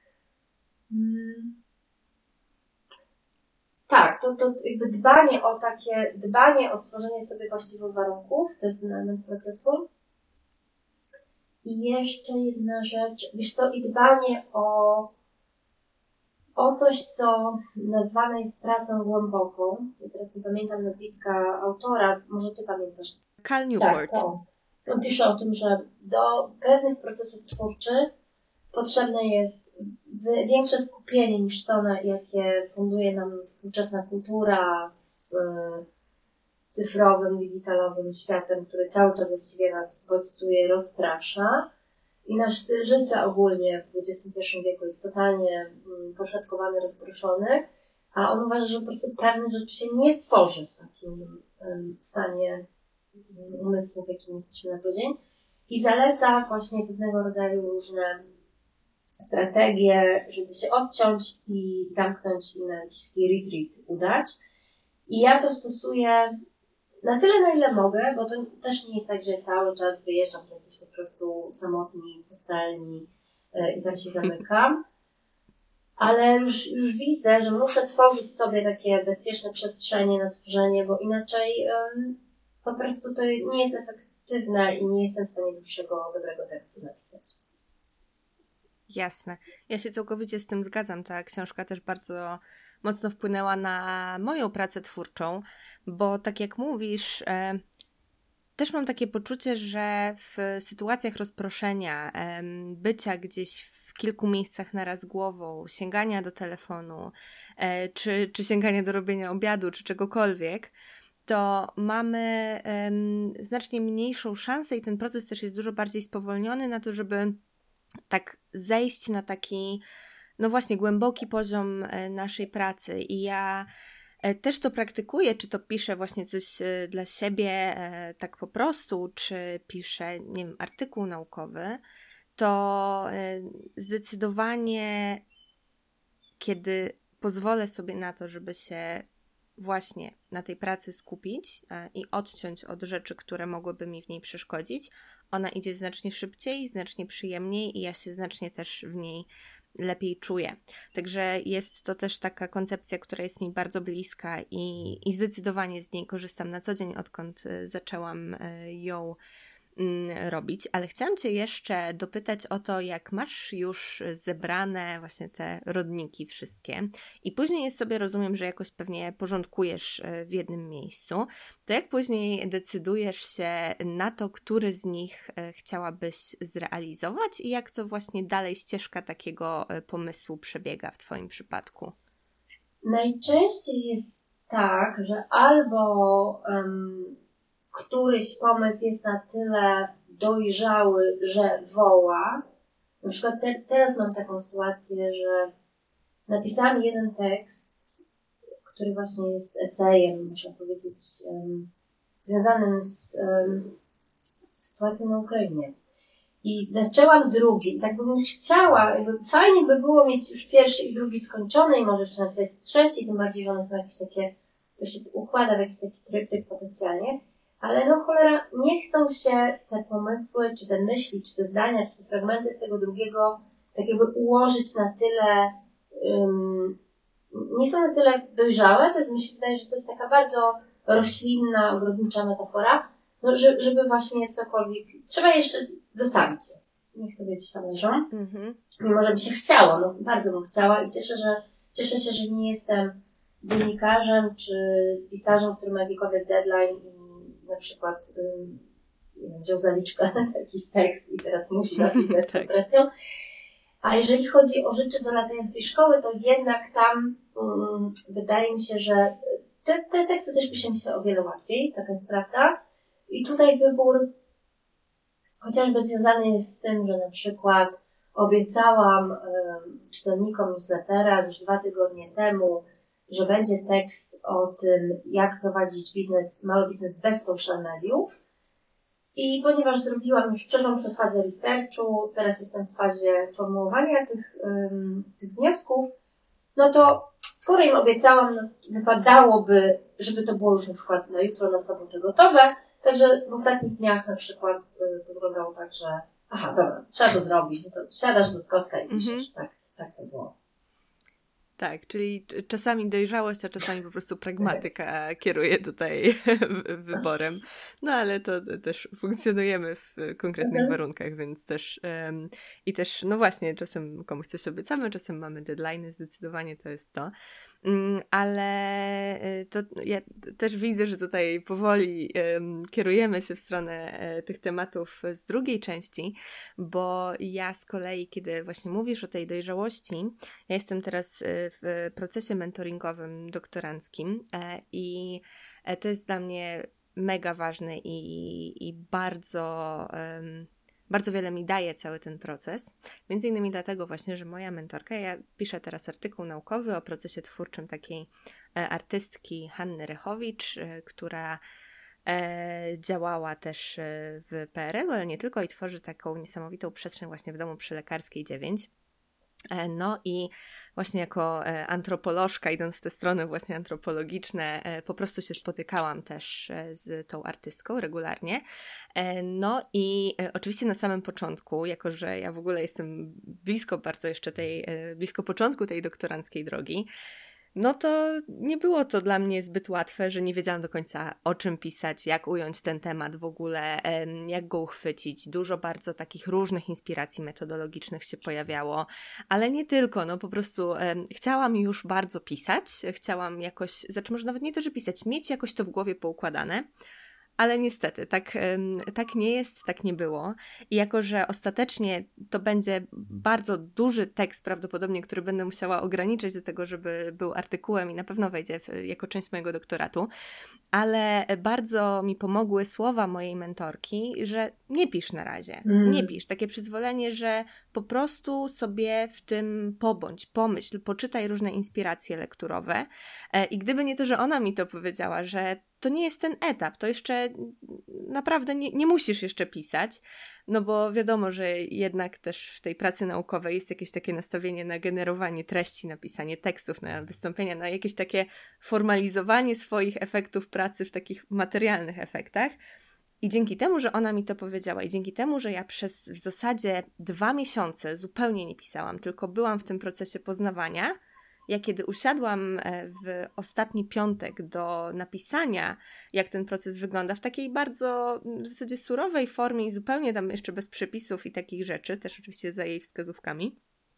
Tak, to jakby dbanie o stworzenie sobie właściwych warunków, to jest ten element procesu. I jeszcze jedna rzecz, wiesz co, i dbanie o coś, co nazwane jest pracą głęboką. Ja teraz nie pamiętam nazwiska autora, może ty pamiętasz. Cal Newport. Tak, to. On pisze o tym, że do pewnych procesów twórczych potrzebne jest większe skupienie niż to, na jakie funduje nam współczesna kultura z cyfrowym, digitalowym światem, który cały czas właściwie nas bodźcuje, rozprasza. I nasz styl życia ogólnie w XXI wieku jest totalnie poszatkowany, rozproszony, a on uważa, że po prostu pewnych rzeczy się nie stworzy w takim stanie umysłu, w jakim jesteśmy na co dzień. I zaleca właśnie pewnego rodzaju różne strategie, żeby się odciąć i zamknąć i na jakiś taki retreat udać. I ja to stosuję na tyle, na ile mogę, bo to też nie jest tak, że cały czas wyjeżdżam do jakiejś po prostu samotnej pustelni i tam się zamykam. Ale już widzę, że muszę tworzyć sobie takie bezpieczne przestrzenie na tworzenie, bo inaczej po prostu to nie jest efektywne i nie jestem w stanie dłuższego, dobrego tekstu napisać. Jasne. Ja się całkowicie z tym zgadzam. Ta książka też bardzo mocno wpłynęła na moją pracę twórczą, bo tak jak mówisz, też mam takie poczucie, że w sytuacjach rozproszenia, bycia gdzieś w kilku miejscach naraz głową, sięgania do telefonu, czy sięgania do robienia obiadu, czy czegokolwiek, to mamy znacznie mniejszą szansę i ten proces też jest dużo bardziej spowolniony na to, żeby tak zejść na taki, no właśnie, głęboki poziom naszej pracy. I ja też to praktykuję, czy to piszę właśnie coś dla siebie tak po prostu, czy piszę, nie wiem, artykuł naukowy, to zdecydowanie, kiedy pozwolę sobie na to, żeby się właśnie na tej pracy skupić i odciąć od rzeczy, które mogłyby mi w niej przeszkodzić, ona idzie znacznie szybciej, znacznie przyjemniej i ja się znacznie też w niej lepiej czuję. Także jest to też taka koncepcja, która jest mi bardzo bliska i zdecydowanie z niej korzystam na co dzień, odkąd zaczęłam ją robić, ale chciałam Cię jeszcze dopytać o to, jak masz już zebrane właśnie te rodniki wszystkie i później sobie rozumiem, że jakoś pewnie porządkujesz w jednym miejscu, to jak później decydujesz się na to, który z nich chciałabyś zrealizować i jak to właśnie dalej ścieżka takiego pomysłu przebiega w Twoim przypadku? Najczęściej jest tak, że albo któryś pomysł jest na tyle dojrzały, że woła. Na przykład teraz mam taką sytuację, że napisałam jeden tekst, który właśnie jest esejem, można powiedzieć, związanym z sytuacją na Ukrainie. I zaczęłam drugi. Tak bym chciała, fajnie by było mieć już pierwszy i drugi skończony i może jeszcze napisać trzeci, tym bardziej, że one są jakieś takie, to się układa w jakiś taki tryptyk potencjalnie. Ale no cholera, nie chcą się te pomysły, czy te myśli, czy te zdania, czy te fragmenty z tego drugiego tak jakby ułożyć na tyle, nie są na tyle dojrzałe, to jest, mi się wydaje, że to jest taka bardzo roślinna, ogrodnicza metafora, no, żeby właśnie cokolwiek, trzeba jeszcze zostawić je. Niech sobie gdzieś tam leżą. Mimo, że by się chciało, no bardzo bym chciała i cieszę się, że nie jestem dziennikarzem, czy pisarzem, który ma jakikolwiek deadline i na przykład wziął zaliczkę za jakiś tekst i teraz musi napisać z tą presją. A jeżeli chodzi o rzeczy do latającej szkoły, to jednak tam wydaje mi się, że te teksty też pisze mi się o wiele łatwiej, taka jest prawda. I tutaj wybór chociażby związany jest z tym, że na przykład obiecałam czytelnikom newslettera już 2 tygodnie temu, że będzie tekst o tym, jak prowadzić mały biznes bez social mediów. I ponieważ przeszłam przez fazę researchu, teraz jestem w fazie formułowania tych wniosków, no to skoro im obiecałam, no, wypadałoby, żeby to było już na przykład na jutro, na sobotę gotowe. Także w ostatnich dniach na przykład to wyglądało tak, że dobra, trzeba to zrobić, no to siadasz do Kostka i piszesz. Tak to było. Tak, czyli czasami dojrzałość, a czasami po prostu pragmatyka kieruje tutaj wyborem. No ale to też funkcjonujemy w konkretnych warunkach, więc też i też, no właśnie, czasem komuś coś obiecamy, czasem mamy deadline'y, zdecydowanie to jest to. Ale to ja też widzę, że tutaj powoli kierujemy się w stronę tych tematów z drugiej części, bo ja z kolei, kiedy właśnie mówisz o tej dojrzałości, ja jestem teraz w procesie mentoringowym doktoranckim i to jest dla mnie mega ważne i bardzo, bardzo wiele mi daje cały ten proces. Między innymi dlatego właśnie, że moja mentorka, ja piszę teraz artykuł naukowy o procesie twórczym takiej artystki Hanny Rychowicz, która działała też w PRL-u, ale nie tylko, i tworzy taką niesamowitą przestrzeń właśnie w domu przy Lekarskiej 9. No i właśnie jako antropolożka, idąc w te strony właśnie antropologiczne, po prostu się spotykałam też z tą artystką regularnie. No i oczywiście na samym początku, jako że ja w ogóle jestem blisko bardzo jeszcze blisko początku tej doktoranckiej drogi, no to nie było to dla mnie zbyt łatwe, że nie wiedziałam do końca, o czym pisać, jak ująć ten temat w ogóle, jak go uchwycić. Dużo bardzo takich różnych inspiracji metodologicznych się pojawiało, ale nie tylko, no po prostu chciałam już bardzo pisać, chciałam jakoś, może nawet nie to, że pisać, mieć jakoś to w głowie poukładane. Ale niestety, tak nie jest, tak nie było. I jako, że ostatecznie to będzie bardzo duży tekst prawdopodobnie, który będę musiała ograniczyć do tego, żeby był artykułem i na pewno wejdzie jako część mojego doktoratu, ale bardzo mi pomogły słowa mojej mentorki, że nie pisz na razie, nie pisz. Takie przyzwolenie, że po prostu sobie w tym pobądź, pomyśl, poczytaj różne inspiracje lekturowe. I gdyby nie to, że ona mi to powiedziała, że to nie jest ten etap, to jeszcze naprawdę nie musisz jeszcze pisać, no bo wiadomo, że jednak też w tej pracy naukowej jest jakieś takie nastawienie na generowanie treści, na pisanie tekstów, na wystąpienia, na jakieś takie formalizowanie swoich efektów pracy w takich materialnych efektach. I dzięki temu, że ona mi to powiedziała i dzięki temu, że ja przez w zasadzie 2 miesiące zupełnie nie pisałam, tylko byłam w tym procesie poznawania, ja kiedy usiadłam w ostatni piątek do napisania, jak ten proces wygląda, w takiej bardzo w zasadzie surowej formie i zupełnie tam jeszcze bez przepisów i takich rzeczy, też oczywiście za jej wskazówkami,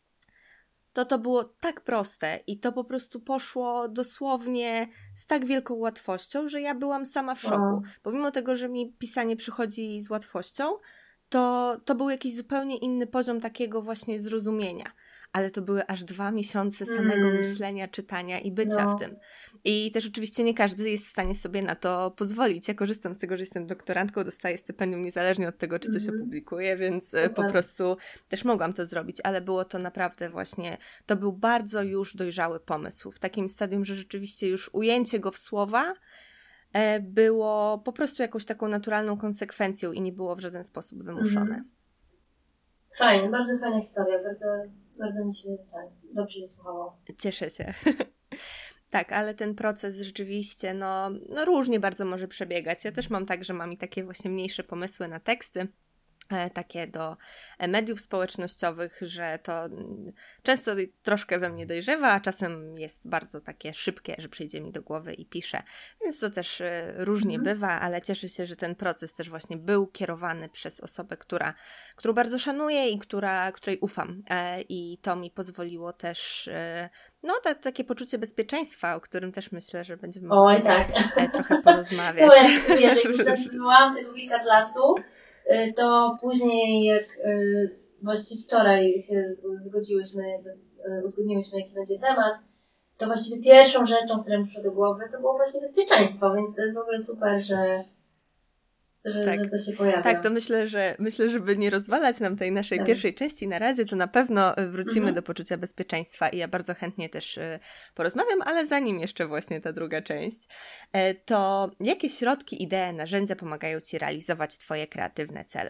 to było tak proste i to po prostu poszło dosłownie z tak wielką łatwością, że ja byłam sama w szoku. Pomimo tego, że mi pisanie przychodzi z łatwością, to był jakiś zupełnie inny poziom takiego właśnie zrozumienia. Ale to były aż 2 miesiące samego myślenia, czytania i bycia w tym. I też oczywiście nie każdy jest w stanie sobie na to pozwolić. Ja korzystam z tego, że jestem doktorantką, dostaję stypendium niezależnie od tego, czy coś opublikuję, więc Super. po prostu też mogłam to zrobić, ale było to naprawdę właśnie, to był bardzo już dojrzały pomysł. W takim stadium, że rzeczywiście już ujęcie go w słowa było po prostu jakąś taką naturalną konsekwencją i nie było w żaden sposób wymuszone. Fajnie, bardzo fajna historia, bardzo mi się dobrze słuchało. Cieszę się. Tak, ale ten proces rzeczywiście, no różnie bardzo może przebiegać. Ja też mam tak, że mam i takie właśnie mniejsze pomysły na teksty, takie do mediów społecznościowych, że to często troszkę we mnie dojrzewa, a czasem jest bardzo takie szybkie, że przyjdzie mi do głowy i piszę. Więc to też różnie bywa, ale cieszę się, że ten proces też właśnie był kierowany przez osobę, którą bardzo szanuję i której ufam. I to mi pozwoliło też takie poczucie bezpieczeństwa, o którym też myślę, że będziemy mogli trochę porozmawiać. No jak wiesz, jak zastosowałam tego wilka z lasu, to później jak właściwie wczoraj się uzgodniłyśmy jaki będzie temat, to właściwie pierwszą rzeczą, która mi przyszła do głowy, to było właśnie bezpieczeństwo, więc to jest w ogóle super, że to się pojawia. Tak, to myślę, żeby nie rozwalać nam tej naszej pierwszej części na razie, to na pewno wrócimy do poczucia bezpieczeństwa i ja bardzo chętnie też porozmawiam, ale zanim jeszcze właśnie ta druga część, to jakie środki, idee, narzędzia pomagają Ci realizować Twoje kreatywne cele?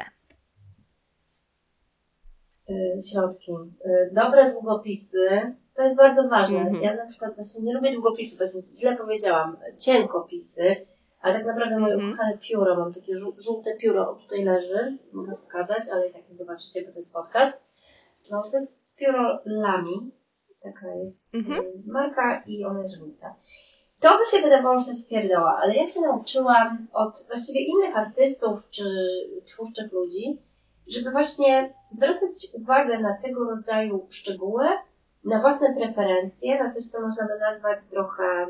Środki. Dobre długopisy, to jest bardzo ważne. Ja na przykład właśnie nie lubię długopisów, więc źle powiedziałam, cienkopisy, ale tak naprawdę moje ukochane pióro, mam takie żółte pióro, tutaj leży, mogę pokazać, ale i tak nie zobaczycie, bo to jest podcast. No, to jest pióro Lamy, taka jest marka i ona jest żółta. To by się wydawało, że to jest pierdoła, ale ja się nauczyłam od właściwie innych artystów czy twórczych ludzi, żeby właśnie zwracać uwagę na tego rodzaju szczegóły, na własne preferencje, na coś, co można by nazwać trochę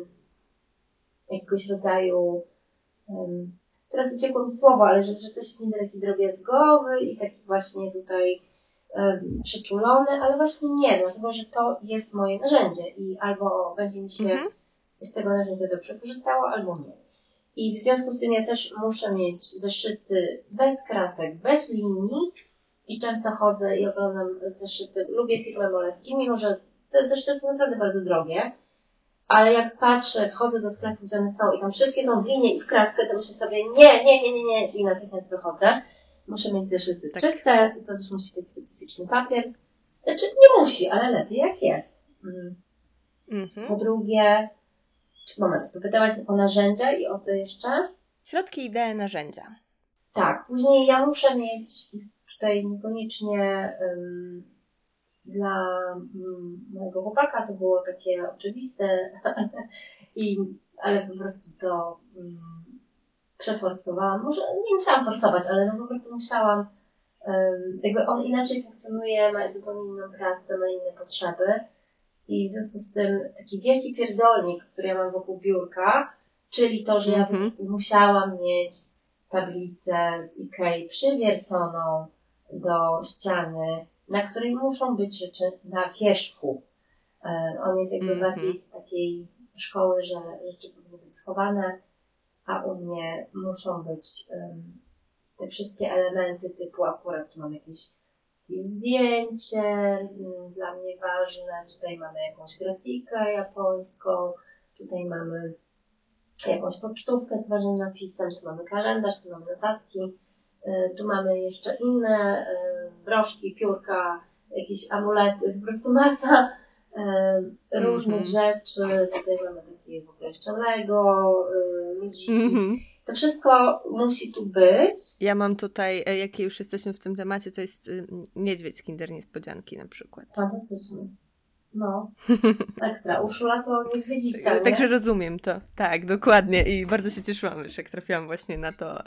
jakiegoś rodzaju, teraz uciekło mi słowo, ale że ktoś jest niby taki drobiazgowy i taki właśnie tutaj przeczulony, ale właśnie nie, dlatego że to jest moje narzędzie i albo będzie mi się z tego narzędzia dobrze korzystało, albo nie. I w związku z tym ja też muszę mieć zeszyty bez kratek, bez linii i często chodzę i oglądam zeszyty, lubię firmę Moleski, mimo że te zeszyty są naprawdę bardzo drogie, ale jak patrzę, wchodzę do sklepu, gdzie one są i tam wszystkie są w linie i w kratkę, to myślę sobie nie i natychmiast wychodzę. Muszę mieć zeszyty czyste, to też musi być specyficzny papier. Znaczy nie musi, ale lepiej jak jest. Po drugie, popytałaś o narzędzia i o co jeszcze? Środki, idee, narzędzia. Tak, później ja muszę mieć tutaj niekoniecznie dla mojego chłopaka to było takie oczywiste, ale po prostu to przeforsowałam. Może nie musiałam forsować, ale po prostu musiałam, jakby on inaczej funkcjonuje, ma zupełnie inną pracę, ma inne potrzeby i w związku z tym taki wielki pierdolnik, który ja mam wokół biurka, czyli to, że ja po prostu musiałam mieć tablicę z Ikei przywierconą do ściany, na której muszą być rzeczy na wierzchu. On jest jakby bardziej z takiej szkoły, że rzeczy powinny być schowane, a u mnie muszą być te wszystkie elementy typu akurat tu mam jakieś zdjęcie dla mnie ważne, tutaj mamy jakąś grafikę japońską, tutaj mamy jakąś pocztówkę z ważnym napisem, tu mamy kalendarz, tu mamy notatki, tu mamy jeszcze inne broszki, piórka, jakieś amulety, po prostu masa różnych rzeczy. Tutaj mamy takie w ogóle jeszcze Lego, ludziki. To wszystko musi tu być. Ja mam tutaj, jakie już jesteśmy w tym temacie, to jest niedźwiedź z Kinder Niespodzianki na przykład. Fantastycznie. No, ekstra. Urszula to niedźwiedzica, nie? Także rozumiem to. Tak, dokładnie. I bardzo się cieszyłam, wiesz, jak trafiłam właśnie na to,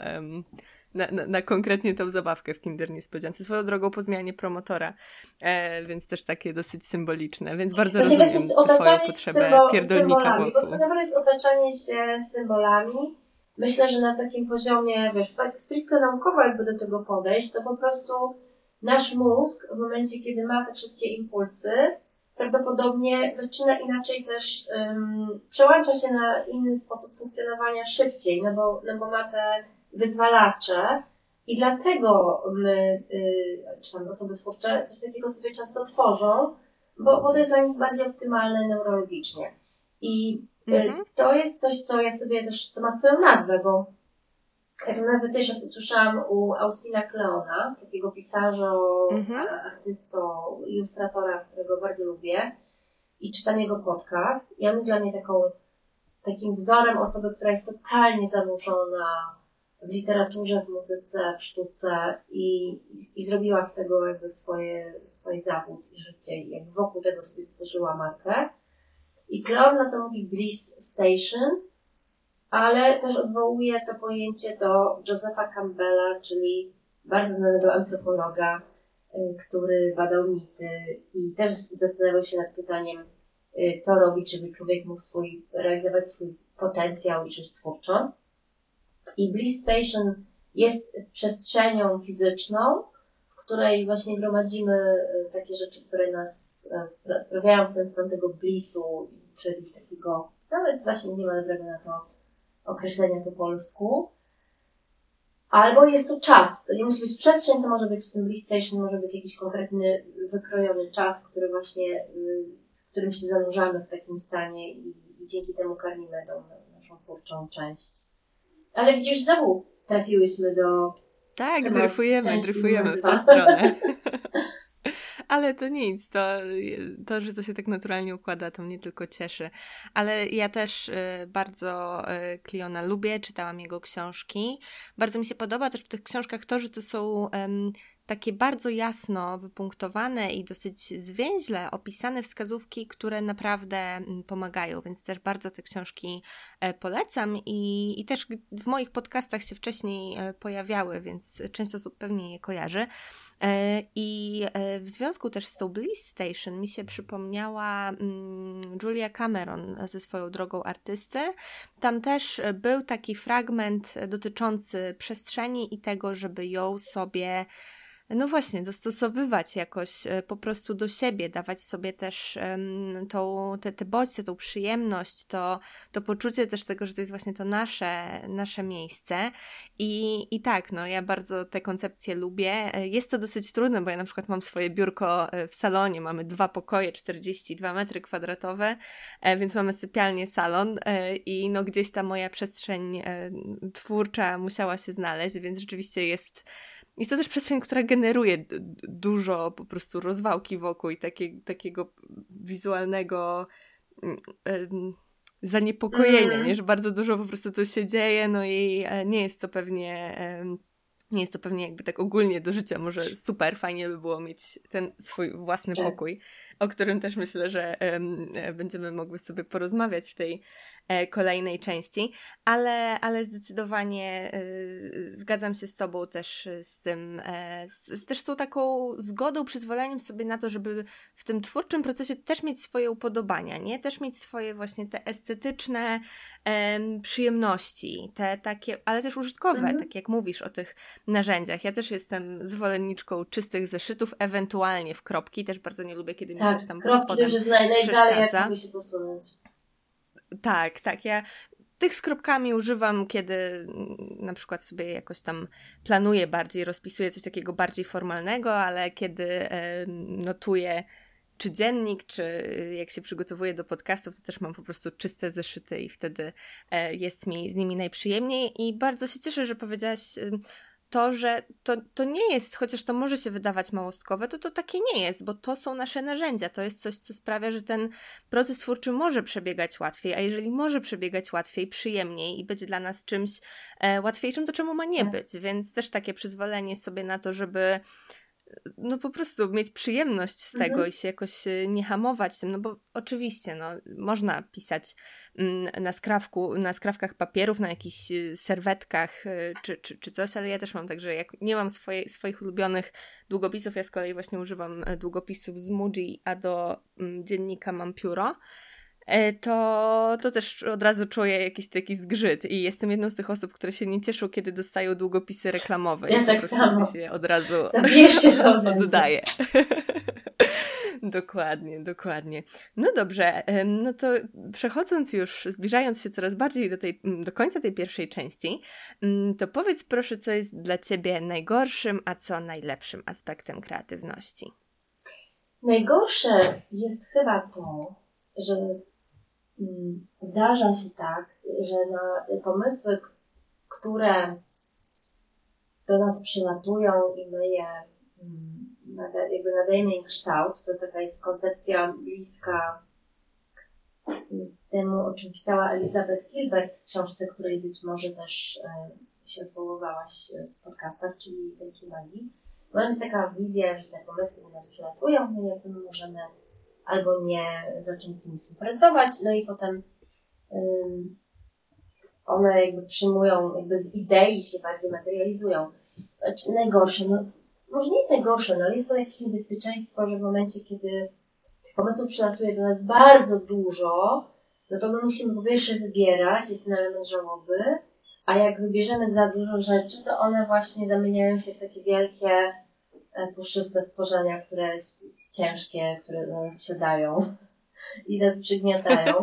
na konkretnie tą zabawkę w Kinder Niespodziance. Swoją drogą po zmianie promotora, więc też takie dosyć symboliczne. Więc bardzo właśnie rozumiem twoją potrzebę pierdolnika wokół. Bo to naprawdę jest otaczanie się symbolami myślę, że na takim poziomie, wiesz, tak stricte naukowo jakby do tego podejść, to po prostu nasz mózg w momencie, kiedy ma te wszystkie impulsy, prawdopodobnie zaczyna inaczej też, przełącza się na inny sposób funkcjonowania szybciej, no bo ma te wyzwalacze i dlatego my, czy tam osoby twórcze, coś takiego sobie często tworzą, bo to jest dla nich bardziej optymalne neurologicznie. I to jest coś, co ja sobie też, co ma swoją nazwę, bo ja tę nazwę pierwszy raz usłyszałam u Austina Kleona, takiego pisarza, artysto, ilustratora, którego bardzo lubię i czytam jego podcast. I on jest dla mnie takim wzorem osoby, która jest totalnie zanurzona w literaturze, w muzyce, w sztuce i zrobiła z tego jakby swoje zawód i życie i jak wokół tego sobie stworzyła markę. I Kleon na to mówi Bliss Station, ale też odwołuje to pojęcie do Josepha Campbella, czyli bardzo znanego antropologa, który badał mity i też zastanawiał się nad pytaniem, co robić, żeby człowiek mógł realizować swój potencjał i żyć twórczo. I Bliss Station jest przestrzenią fizyczną, w której właśnie gromadzimy takie rzeczy, które nas wprawiają w ten stan tego blissu, czyli takiego, nawet właśnie nie ma dobrego na to określenia po polsku. Albo jest to czas. To nie musi być przestrzeń, to może być ten Bliss Station, może być jakiś konkretny, wykrojony czas, który właśnie, w którym się zanurzamy w takim stanie i dzięki temu karmimy tą naszą twórczą część. Ale widzisz, znowu trafiłyśmy do... Tak, dryfujemy w tę stronę. Ale to nic, to, że to się tak naturalnie układa, to mnie tylko cieszy. Ale ja też bardzo Kleona lubię, czytałam jego książki. Bardzo mi się podoba też w tych książkach to, że to są takie bardzo jasno wypunktowane i dosyć zwięźle opisane wskazówki, które naprawdę pomagają, więc też bardzo te książki polecam i też w moich podcastach się wcześniej pojawiały, więc część osób pewnie je kojarzy. I w związku też z tą Bliss Station mi się przypomniała Julia Cameron ze swoją Drogą artysty. Tam też był taki fragment dotyczący przestrzeni i tego, żeby ją sobie no właśnie, dostosowywać jakoś po prostu do siebie, dawać sobie też te bodźce, tą przyjemność, to poczucie też tego, że to jest właśnie to nasze miejsce. I tak, no ja bardzo te koncepcje lubię. Jest to dosyć trudne, bo ja na przykład mam swoje biurko w salonie, mamy 2 pokoje, 42 metry kwadratowe, więc mamy sypialnię, salon i no gdzieś ta moja przestrzeń twórcza musiała się znaleźć, więc rzeczywiście jest to też przestrzeń, która generuje dużo po prostu rozwałki wokół i takiego wizualnego zaniepokojenia, nie? Że bardzo dużo po prostu tu się dzieje, no i nie jest to pewnie jakby tak ogólnie do życia, może super, fajnie by było mieć ten swój własny pokój, o którym też myślę, że będziemy mogły sobie porozmawiać w tej kolejnej części, ale zdecydowanie zgadzam się z Tobą też z tym, też z tą taką zgodą, przyzwoleniem sobie na to, żeby w tym twórczym procesie też mieć swoje upodobania, nie? Też mieć swoje właśnie te estetyczne przyjemności, te takie, ale też użytkowe, tak jak mówisz o tych narzędziach. Ja też jestem zwolenniczką czystych zeszytów, ewentualnie w kropki, też bardzo nie lubię, kiedy mi coś tam pod spodem już jest najdalej, jak mogę się posunąć. Tak. Ja tych z kropkami używam, kiedy na przykład sobie jakoś tam planuję bardziej, rozpisuję coś takiego bardziej formalnego, ale kiedy notuję czy dziennik, czy jak się przygotowuję do podcastów, to też mam po prostu czyste zeszyty i wtedy jest mi z nimi najprzyjemniej i bardzo się cieszę, że powiedziałaś to, że to nie jest, chociaż to może się wydawać małostkowe, to takie nie jest, bo to są nasze narzędzia, to jest coś, co sprawia, że ten proces twórczy może przebiegać łatwiej, a jeżeli może przebiegać łatwiej, przyjemniej i być dla nas czymś łatwiejszym, to czemu ma nie być? Więc też takie przyzwolenie sobie na to, żeby no po prostu mieć przyjemność z tego i się jakoś nie hamować tym, no bo oczywiście, no można pisać na skrawkach papierów, na jakichś serwetkach czy coś, ale ja też mam tak, że jak nie mam swoich ulubionych długopisów, ja z kolei właśnie używam długopisów z Muji, a do dziennika mam pióro. to też od razu czuję jakiś taki zgrzyt i jestem jedną z tych osób, które się nie cieszą, kiedy dostają długopisy reklamowe. Ja i tak po prostu samo. gdzieś je od razu Zabierzcie to ode mnie. oddaję. Dokładnie. No dobrze, no to przechodząc już, zbliżając się coraz bardziej do końca tej pierwszej części, to powiedz proszę, co jest dla Ciebie najgorszym, a co najlepszym aspektem kreatywności? Najgorsze jest chyba to, że zdarza się tak, że na pomysły, które do nas przylatują i my je jakby nadajemy im kształt, to taka jest koncepcja bliska temu, o czym pisała Elizabeth Gilbert w książce, której być może też się odwoływałaś w podcastach, czyli Wielkiej Magii. Bo jest taka wizja, że te pomysły do nas przylatują, my jakby możemy albo nie zacząć z nimi współpracować, no i potem one jakby przyjmują, jakby z idei się bardziej materializują. Znaczy najgorsze, no może nie jest najgorsze, no ale jest to jakieś niebezpieczeństwo, że w momencie, kiedy tych pomysłów przylatuje do nas bardzo dużo, no to my musimy po pierwsze wybierać, jest ten element żałoby, a jak wybierzemy za dużo rzeczy, to one właśnie zamieniają się w takie wielkie, puszyste stworzenia, które ciężkie, które na nas siadają i nas przygniatają.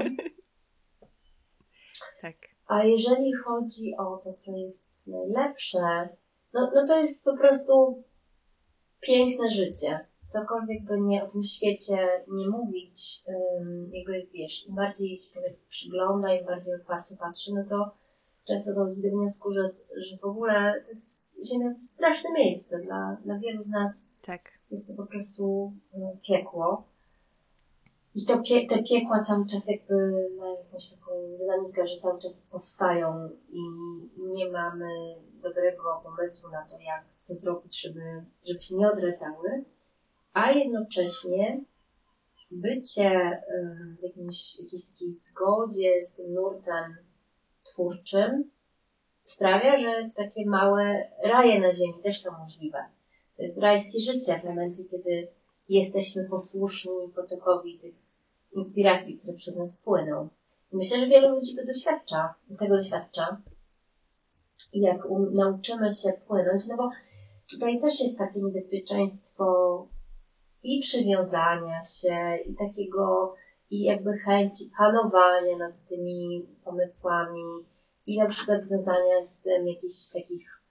Tak. A jeżeli chodzi o to, co jest najlepsze, no to jest po prostu piękne życie. Cokolwiek by nie o tym świecie nie mówić, jakby wiesz, im bardziej się człowiek przygląda, im bardziej otwarcie patrzy, no to często dochodzi do wniosku, że w ogóle to jest, Ziemia to jest straszne miejsce. Dla wielu z nas tak. Jest to po prostu piekło. I te piekła cały czas jakby mają jakąś taką dynamikę, że cały czas powstają i nie mamy dobrego pomysłu na to, co zrobić, żeby się nie odradzały, a jednocześnie bycie w jakiejś takiej zgodzie z tym nurtem twórczym sprawia, że takie małe raje na ziemi też są możliwe. To jest rajskie życie w momencie, kiedy jesteśmy posłuszni potokowi tych inspiracji, które przed nas płyną. I myślę, że wielu ludzi tego doświadcza. I jak nauczymy się płynąć, no bo tutaj też jest takie niebezpieczeństwo i przywiązania się, i jakby chęci panowania nad tymi pomysłami, i na przykład związania z tym jakichś takich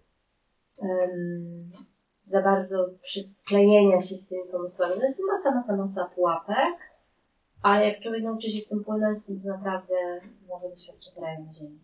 za bardzo przyklejenia się z tymi pomysłami. No jest tu masa pułapek, ale jak człowiek nauczy się z tym płynąć, to naprawdę może doświadczyć raju na ziemi.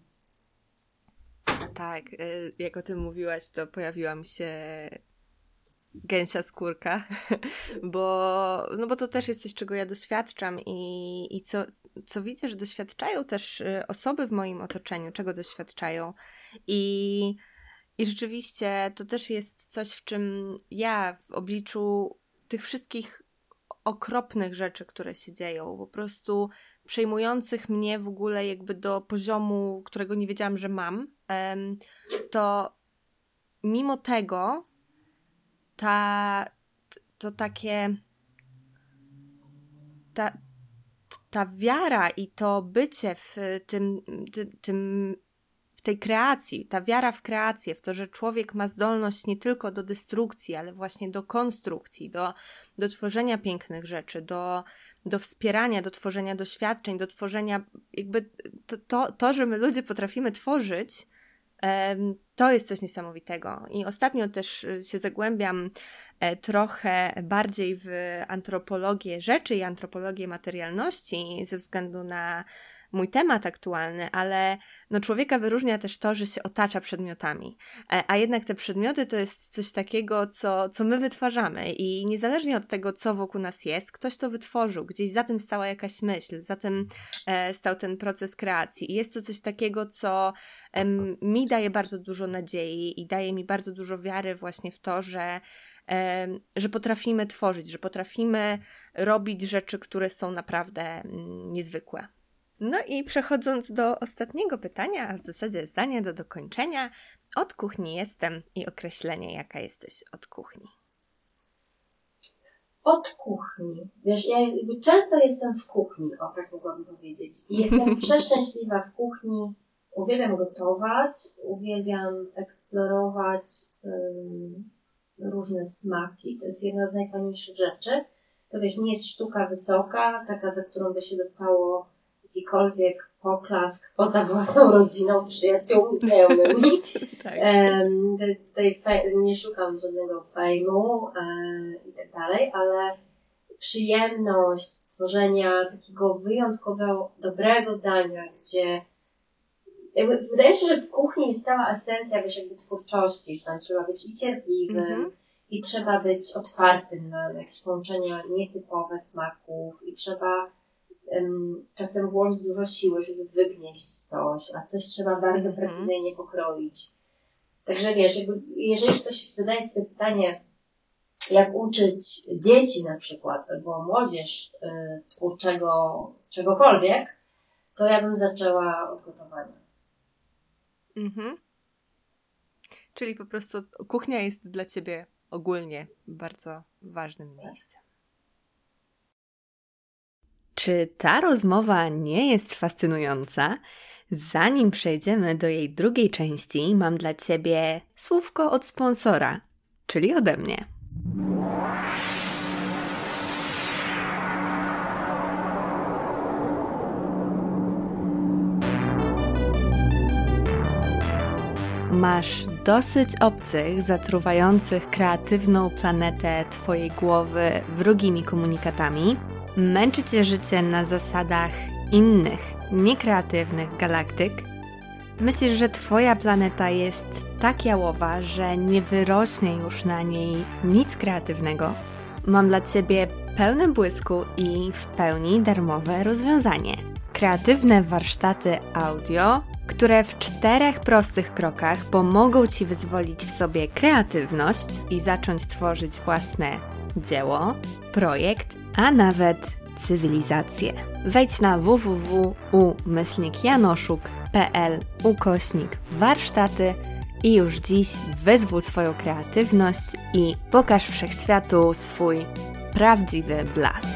Tak, jak o tym mówiłaś, to pojawiła mi się gęsia skórka, bo to też jest coś, czego ja doświadczam i co widzę, że doświadczają też osoby w moim otoczeniu, czego doświadczają i rzeczywiście to też jest coś, w czym ja w obliczu tych wszystkich okropnych rzeczy, które się dzieją, po prostu przejmujących mnie w ogóle jakby do poziomu, którego nie wiedziałam, że mam, to mimo tego ta wiara i to bycie w w tej kreacji, ta wiara w kreację, w to, że człowiek ma zdolność nie tylko do destrukcji, ale właśnie do konstrukcji, do tworzenia pięknych rzeczy, do wspierania, do tworzenia doświadczeń, do tworzenia jakby to, że my ludzie potrafimy tworzyć, to jest coś niesamowitego. I ostatnio też się zagłębiam trochę bardziej w antropologię rzeczy i antropologię materialności ze względu na mój temat aktualny, ale człowieka wyróżnia też to, że się otacza przedmiotami. A jednak te przedmioty to jest coś takiego, co my wytwarzamy i niezależnie od tego, co wokół nas jest, ktoś to wytworzył, gdzieś za tym stała jakaś myśl, za tym stał ten proces kreacji. I jest to coś takiego, co mi daje bardzo dużo nadziei i daje mi bardzo dużo wiary właśnie w to, że potrafimy tworzyć, że potrafimy robić rzeczy, które są naprawdę niezwykłe. No i przechodząc do ostatniego pytania, a w zasadzie zdania do dokończenia, od kuchni jestem i określenie, jaka jesteś od kuchni. Od kuchni. Wiesz, ja jakby często jestem w kuchni, o tak mogłabym powiedzieć. I jestem przeszczęśliwa w kuchni. Uwielbiam gotować, uwielbiam eksplorować różne smaki. To jest jedna z najfajniejszych rzeczy. To wiesz, nie jest sztuka wysoka, taka, za którą by się dostało jakikolwiek poklask poza własną rodziną, przyjaciółmi, znajomymi. Tak. Tutaj nie szukam żadnego fejmu i tak dalej, ale przyjemność stworzenia takiego wyjątkowo dobrego dania, gdzie wydaje się, że w kuchni jest cała esencja, wiesz, jakby twórczości, że tam trzeba być i cierpliwym, i trzeba być otwartym na jakieś połączenia nietypowe smaków, i trzeba czasem włożyć dużo siły, żeby wygnieść coś, a coś trzeba bardzo precyzyjnie pokroić. Także wiesz, jakby, jeżeli ktoś zadaje sobie pytanie, jak uczyć dzieci na przykład, albo młodzież twórczego czegokolwiek, to ja bym zaczęła od gotowania. Czyli po prostu kuchnia jest dla Ciebie ogólnie bardzo ważnym miejscem. Czy ta rozmowa nie jest fascynująca? Zanim przejdziemy do jej drugiej części, mam dla Ciebie słówko od sponsora, czyli ode mnie. Masz dosyć obcych, zatruwających kreatywną planetę Twojej głowy wrogimi komunikatami? Męczy Cię życie na zasadach innych, niekreatywnych galaktyk? Myślisz, że Twoja planeta jest tak jałowa, że nie wyrośnie już na niej nic kreatywnego? Mam dla Ciebie pełne błysku i w pełni darmowe rozwiązanie. Kreatywne warsztaty audio, które w 4 prostych krokach pomogą Ci wyzwolić w sobie kreatywność i zacząć tworzyć własne dzieło, projekt, a nawet cywilizację. Wejdź na www.janoszuk.pl/warsztaty i już dziś wyzwól swoją kreatywność i pokaż wszechświatu swój prawdziwy blask.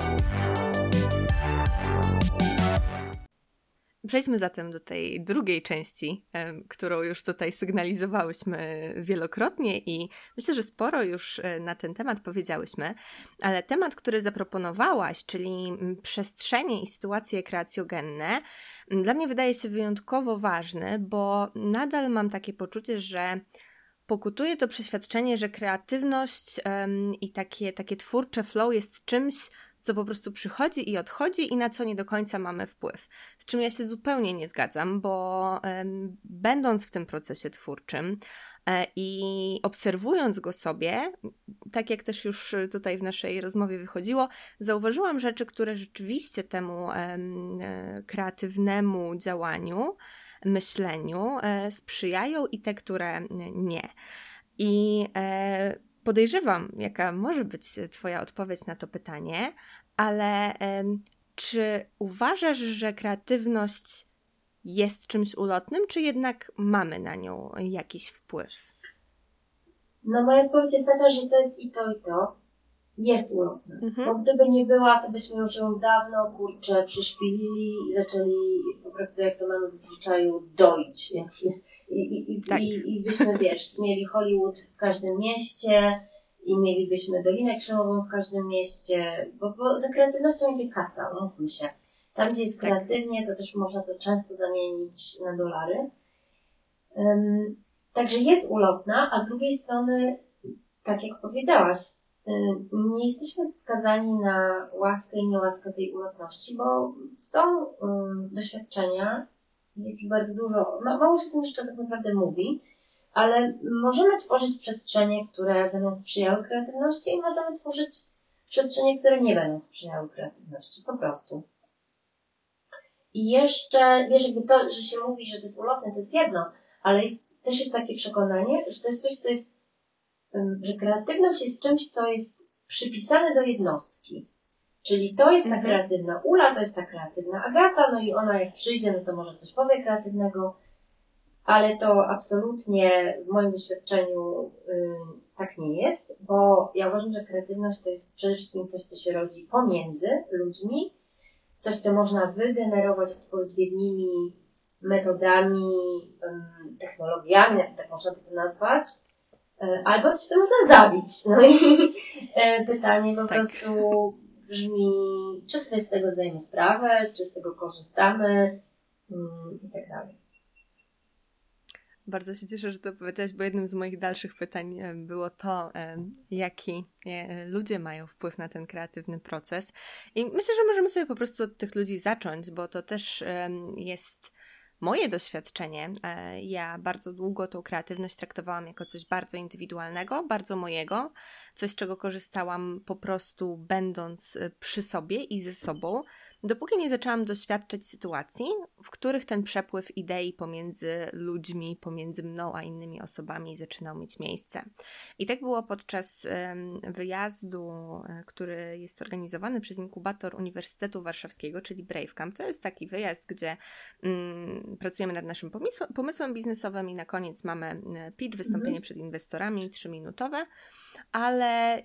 Przejdźmy zatem do tej drugiej części, którą już tutaj sygnalizowałyśmy wielokrotnie i myślę, że sporo już na ten temat powiedziałyśmy, ale temat, który zaproponowałaś, czyli przestrzenie i sytuacje kreacjogenne, dla mnie wydaje się wyjątkowo ważny, bo nadal mam takie poczucie, że pokutuje to przeświadczenie, że kreatywność i takie twórcze flow jest czymś, co po prostu przychodzi i odchodzi i na co nie do końca mamy wpływ. Z czym ja się zupełnie nie zgadzam, bo będąc w tym procesie twórczym i obserwując go sobie, tak jak też już tutaj w naszej rozmowie wychodziło, zauważyłam rzeczy, które rzeczywiście temu kreatywnemu działaniu, myśleniu sprzyjają i te, które nie. I podejrzewam, jaka może być Twoja odpowiedź na to pytanie, ale czy uważasz, że kreatywność jest czymś ulotnym, czy jednak mamy na nią jakiś wpływ? No moja odpowiedź jest taka, że to jest i to, i to. Jest ulotna. Bo gdyby nie była, to byśmy już ją dawno, przyszpilili i zaczęli po prostu, jak to mamy w zwyczaju, doić. I byśmy, wiesz, mieli Hollywood w każdym mieście i mielibyśmy Dolinę Krzemową w każdym mieście, bo za kreatywnością idzie kasa, umówmy się. Tam, gdzie jest kreatywnie, to też można to często zamienić na dolary. Także jest ulotna, a z drugiej strony, tak jak powiedziałaś, nie jesteśmy skazani na łaskę i niełaskę tej ulotności, bo są doświadczenia, jest ich bardzo dużo, mało się o tym jeszcze tak naprawdę mówi, ale możemy tworzyć przestrzenie, które będą sprzyjały kreatywności i możemy tworzyć przestrzenie, które nie będą sprzyjały kreatywności, po prostu. I jeszcze, wiesz, jakby to, że się mówi, że to jest ulotne, to jest jedno, ale też jest takie przekonanie, że to jest coś, co jest, że kreatywność jest czymś, co jest przypisane do jednostki. Czyli to jest ta kreatywna Ula, to jest ta kreatywna Agata, no i ona jak przyjdzie, no to może coś powie kreatywnego, ale to absolutnie w moim doświadczeniu tak nie jest, bo ja uważam, że kreatywność to jest przede wszystkim coś, co się rodzi pomiędzy ludźmi, coś, co można wygenerować odpowiednimi metodami, technologiami, tak można by to nazwać, albo coś, co można zabić. No i pytanie po prostu brzmi, czy sobie z tego zdajemy sprawę, czy z tego korzystamy i tak dalej. Bardzo się cieszę, że to powiedziałaś, bo jednym z moich dalszych pytań było to, jaki ludzie mają wpływ na ten kreatywny proces. I myślę, że możemy sobie po prostu od tych ludzi zacząć, bo to też jest moje doświadczenie. Ja bardzo długo tą kreatywność traktowałam jako coś bardzo indywidualnego, bardzo mojego, coś, z czego korzystałam po prostu będąc przy sobie i ze sobą, dopóki nie zaczęłam doświadczać sytuacji, w których ten przepływ idei pomiędzy ludźmi, pomiędzy mną a innymi osobami zaczynał mieć miejsce. I tak było podczas wyjazdu, który jest organizowany przez inkubator Uniwersytetu Warszawskiego, czyli Brave Camp. To jest taki wyjazd, gdzie pracujemy nad naszym pomysłem biznesowym i na koniec mamy pitch, wystąpienie przed inwestorami, 3-minutowe, ale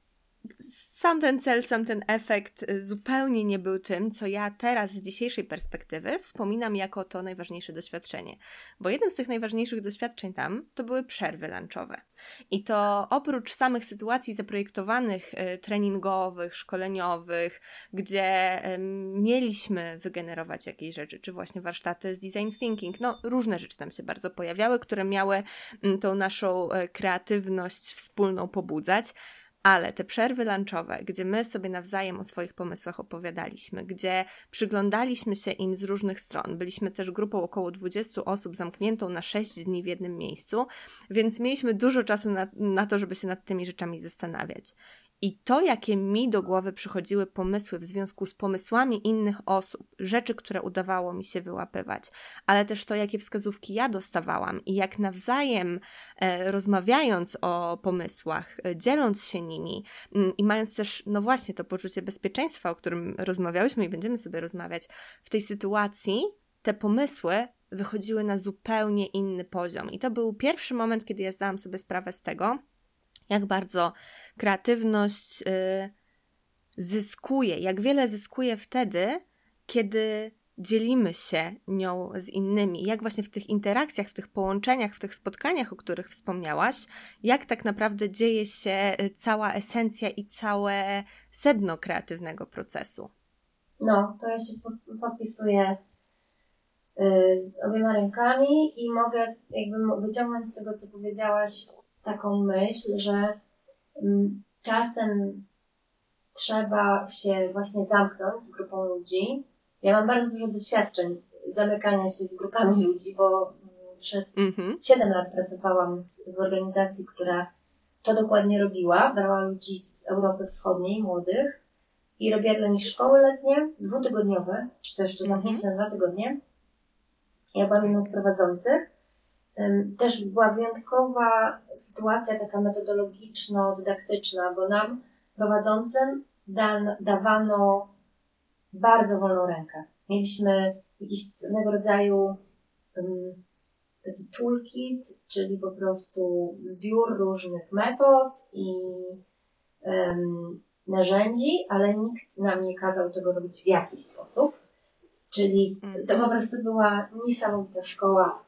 sam ten cel, sam ten efekt zupełnie nie był tym, co ja teraz z dzisiejszej perspektywy wspominam jako to najważniejsze doświadczenie. Bo jednym z tych najważniejszych doświadczeń tam to były przerwy lunchowe. I to oprócz samych sytuacji zaprojektowanych, treningowych, szkoleniowych, gdzie mieliśmy wygenerować jakieś rzeczy, czy właśnie warsztaty z design thinking, no różne rzeczy tam się bardzo pojawiały, które miały tą naszą kreatywność wspólną pobudzać. Ale te przerwy lunchowe, gdzie my sobie nawzajem o swoich pomysłach opowiadaliśmy, gdzie przyglądaliśmy się im z różnych stron, byliśmy też grupą około 20 osób zamkniętą na 6 dni w jednym miejscu, więc mieliśmy dużo czasu na to, żeby się nad tymi rzeczami zastanawiać. I to, jakie mi do głowy przychodziły pomysły w związku z pomysłami innych osób, rzeczy, które udawało mi się wyłapywać, ale też to, jakie wskazówki ja dostawałam i jak nawzajem rozmawiając o pomysłach, dzieląc się nimi i mając też, no właśnie, to poczucie bezpieczeństwa, o którym rozmawiałyśmy i będziemy sobie rozmawiać, w tej sytuacji te pomysły wychodziły na zupełnie inny poziom. I to był pierwszy moment, kiedy ja zdałam sobie sprawę z tego, jak bardzo kreatywność zyskuje, jak wiele zyskuje wtedy, kiedy dzielimy się nią z innymi. Jak właśnie w tych interakcjach, w tych połączeniach, w tych spotkaniach, o których wspomniałaś, jak tak naprawdę dzieje się cała esencja i całe sedno kreatywnego procesu. No, to ja się podpisuję z obiema rękami i mogę jakby wyciągnąć z tego, co powiedziałaś, taką myśl, że czasem trzeba się właśnie zamknąć z grupą ludzi. Ja mam bardzo dużo doświadczeń zamykania się z grupami ludzi, bo przez 7 lat pracowałam w organizacji, która to dokładnie robiła. Brała ludzi z Europy Wschodniej, młodych, i robiła dla nich szkoły letnie, 2-tygodniowe, czy też to zamknięcie na 2 tygodnie. Ja byłam jedną z prowadzących. Też była wyjątkowa sytuacja taka metodologiczno-dydaktyczna, bo nam prowadzącym dawano bardzo wolną rękę. Mieliśmy jakiś pewnego rodzaju taki toolkit, czyli po prostu zbiór różnych metod i narzędzi, ale nikt nam nie kazał tego robić w jakiś sposób. Czyli to po prostu była niesamowita szkoła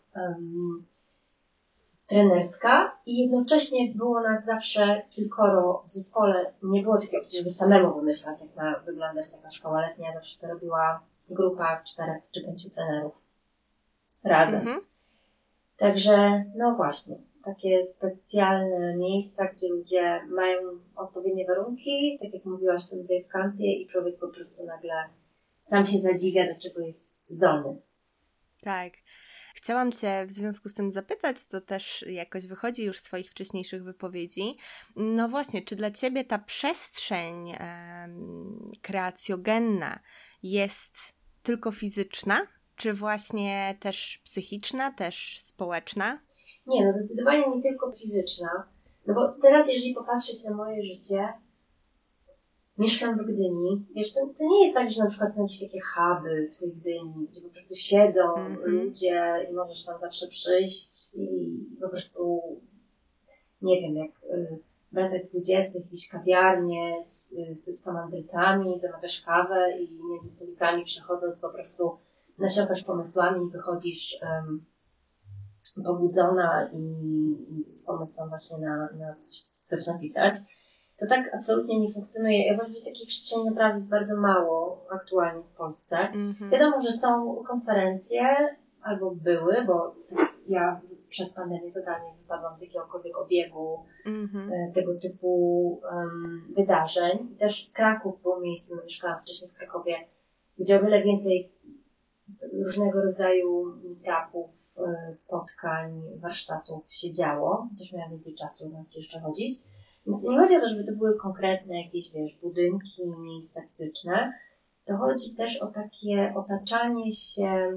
trenerska i jednocześnie było nas zawsze kilkoro w zespole. Nie było takiej opcji, żeby samemu wymyślać, jak ma wyglądać taka szkoła letnia. Zawsze to robiła grupa 4 czy 5 trenerów razem. Także, no właśnie, takie specjalne miejsca, gdzie ludzie mają odpowiednie warunki, tak jak mówiłaś w tym Brave Campie, i człowiek po prostu nagle sam się zadziwia, do czego jest zdolny. Tak. Chciałam Cię w związku z tym zapytać, to też jakoś wychodzi już z Twoich wcześniejszych wypowiedzi. No właśnie, czy dla Ciebie ta przestrzeń kreacjogenna jest tylko fizyczna, czy właśnie też psychiczna, też społeczna? Nie, no zdecydowanie nie tylko fizyczna. No bo teraz, jeżeli popatrzeć na moje życie, Mieszkam w Gdyni. Wiesz, to nie jest tak, że na przykład są jakieś takie huby w tej Gdyni, gdzie po prostu siedzą ludzie i możesz tam zawsze przyjść i po prostu, nie wiem, jak w latach 20. jakieś kawiarnie z komandrytami, zamawiasz kawę i między stolikami przechodząc po prostu nasiąkasz pomysłami i wychodzisz pobudzona i z pomysłem właśnie na coś napisać. To tak absolutnie nie funkcjonuje. Ja uważam, że takich przestrzeni naprawdę jest bardzo mało aktualnie w Polsce. Wiadomo, że są konferencje, albo były, bo ja przez pandemię totalnie wypadłam z jakiegokolwiek obiegu tego typu wydarzeń. I też Kraków był miejscem, mieszkałam wcześniej w Krakowie, gdzie o wiele więcej różnego rodzaju meetupów, spotkań, warsztatów się działo. Też miałam więcej czasu na to jeszcze chodzić. Więc nie chodzi o to, żeby to były konkretne jakieś, wiesz, budynki, miejsca fizyczne. To chodzi też o takie otaczanie się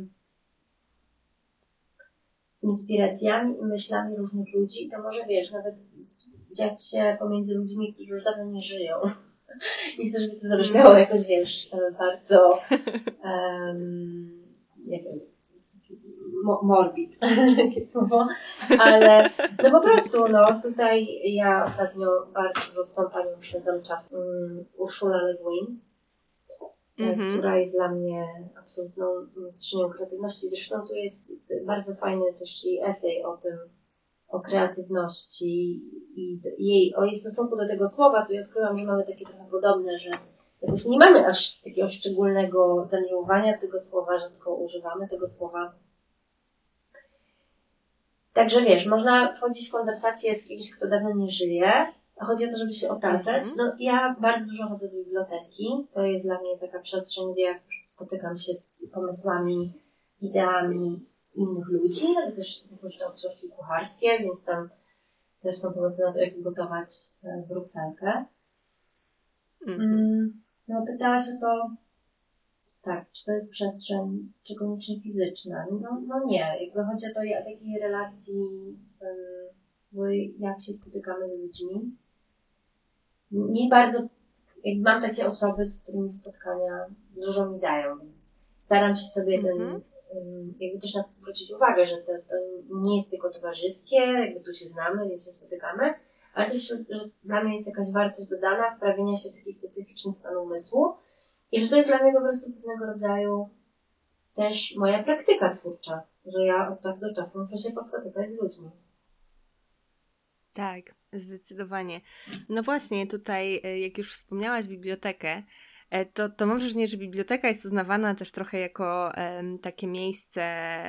inspiracjami i myślami różnych ludzi. To może, wiesz, nawet dziać się pomiędzy ludźmi, którzy już dawno nie żyją. Nie chcę, żeby to zabrzmiało jakoś, wiesz, bardzo nie wiem, morbid, takie słowo, ale no po prostu, no tutaj ja ostatnio bardzo dużo z tą panią spędzam czas, Ursula Le Guin, która jest dla mnie absolutną mistrzynią kreatywności. Zresztą tu jest bardzo fajny też jej esej o tym, o kreatywności i o jej stosunku do tego słowa. Tu ja odkryłam, że mamy takie trochę podobne, że jakoś nie mamy aż takiego szczególnego zamiłowania tego słowa, rzadko używamy tego słowa. Także wiesz, można wchodzić w konwersację z kimś, kto dawno nie żyje. Chodzi o to, żeby się otaczać. No ja bardzo dużo chodzę do biblioteki. To jest dla mnie taka przestrzeń, gdzie ja spotykam się z pomysłami, ideami innych ludzi, ale też wypożyczam książki kucharskie, więc tam też są pomysły na to, jak gotować brukselkę. No pytałaś o to, tak, czy to jest przestrzeń, czy koniecznie fizyczna? No nie, jakby chodzi o to, takiej relacji, jak się spotykamy z ludźmi. Mi bardzo, jakby mam takie osoby, z którymi spotkania dużo mi dają, więc staram się sobie jakby też na to zwrócić uwagę, że to nie jest tylko towarzyskie, jakby tu się znamy, więc się spotykamy, ale też, że dla mnie jest jakaś wartość dodana wprawienia się w taki specyficzny stan umysłu i że to jest dla mnie po prostu pewnego rodzaju też moja praktyka twórcza, że ja od czasu do czasu muszę się pospotykać z ludźmi. Tak, zdecydowanie. No właśnie, tutaj jak już wspomniałaś bibliotekę, to mam wrażenie, że biblioteka jest uznawana też trochę jako takie miejsce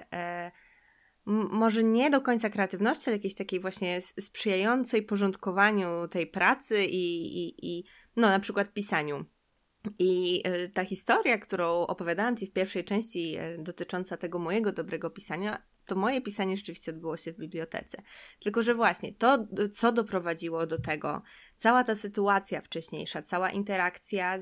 może nie do końca kreatywności, ale jakiejś takiej właśnie sprzyjającej porządkowaniu tej pracy i no na przykład pisaniu. I ta historia, którą opowiadałam Ci w pierwszej części dotycząca tego mojego dobrego pisania, to moje pisanie rzeczywiście odbyło się w bibliotece. Tylko że właśnie to, co doprowadziło do tego, cała ta sytuacja wcześniejsza, cała interakcja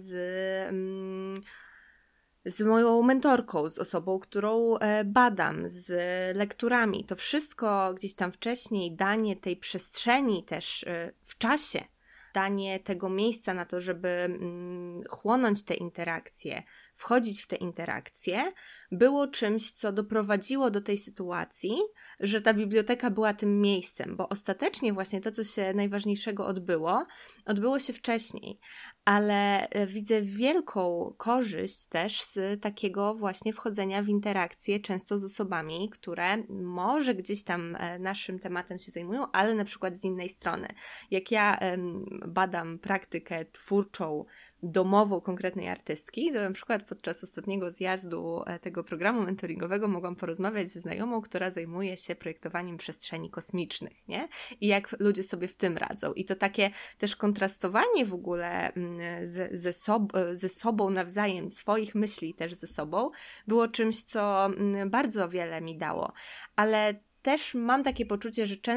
z moją mentorką, z osobą, którą badam, z lekturami, to wszystko gdzieś tam wcześniej, danie tej przestrzeni też w czasie, danie tego miejsca na to, żeby chłonąć te interakcje, wchodzić w te interakcje, było czymś, co doprowadziło do tej sytuacji, że ta biblioteka była tym miejscem, bo ostatecznie właśnie to, co się najważniejszego odbyło się wcześniej, ale widzę wielką korzyść też z takiego właśnie wchodzenia w interakcje często z osobami, które może gdzieś tam naszym tematem się zajmują, ale na przykład z innej strony. Jak ja badam praktykę twórczą, domową konkretnej artystki, to na przykład podczas ostatniego zjazdu tego programu mentoringowego mogłam porozmawiać ze znajomą, która zajmuje się projektowaniem przestrzeni kosmicznych, nie? I jak ludzie sobie w tym radzą. I to takie też kontrastowanie w ogóle ze sobą nawzajem, swoich myśli też ze sobą, było czymś, co bardzo wiele mi dało. Ale też mam takie poczucie, że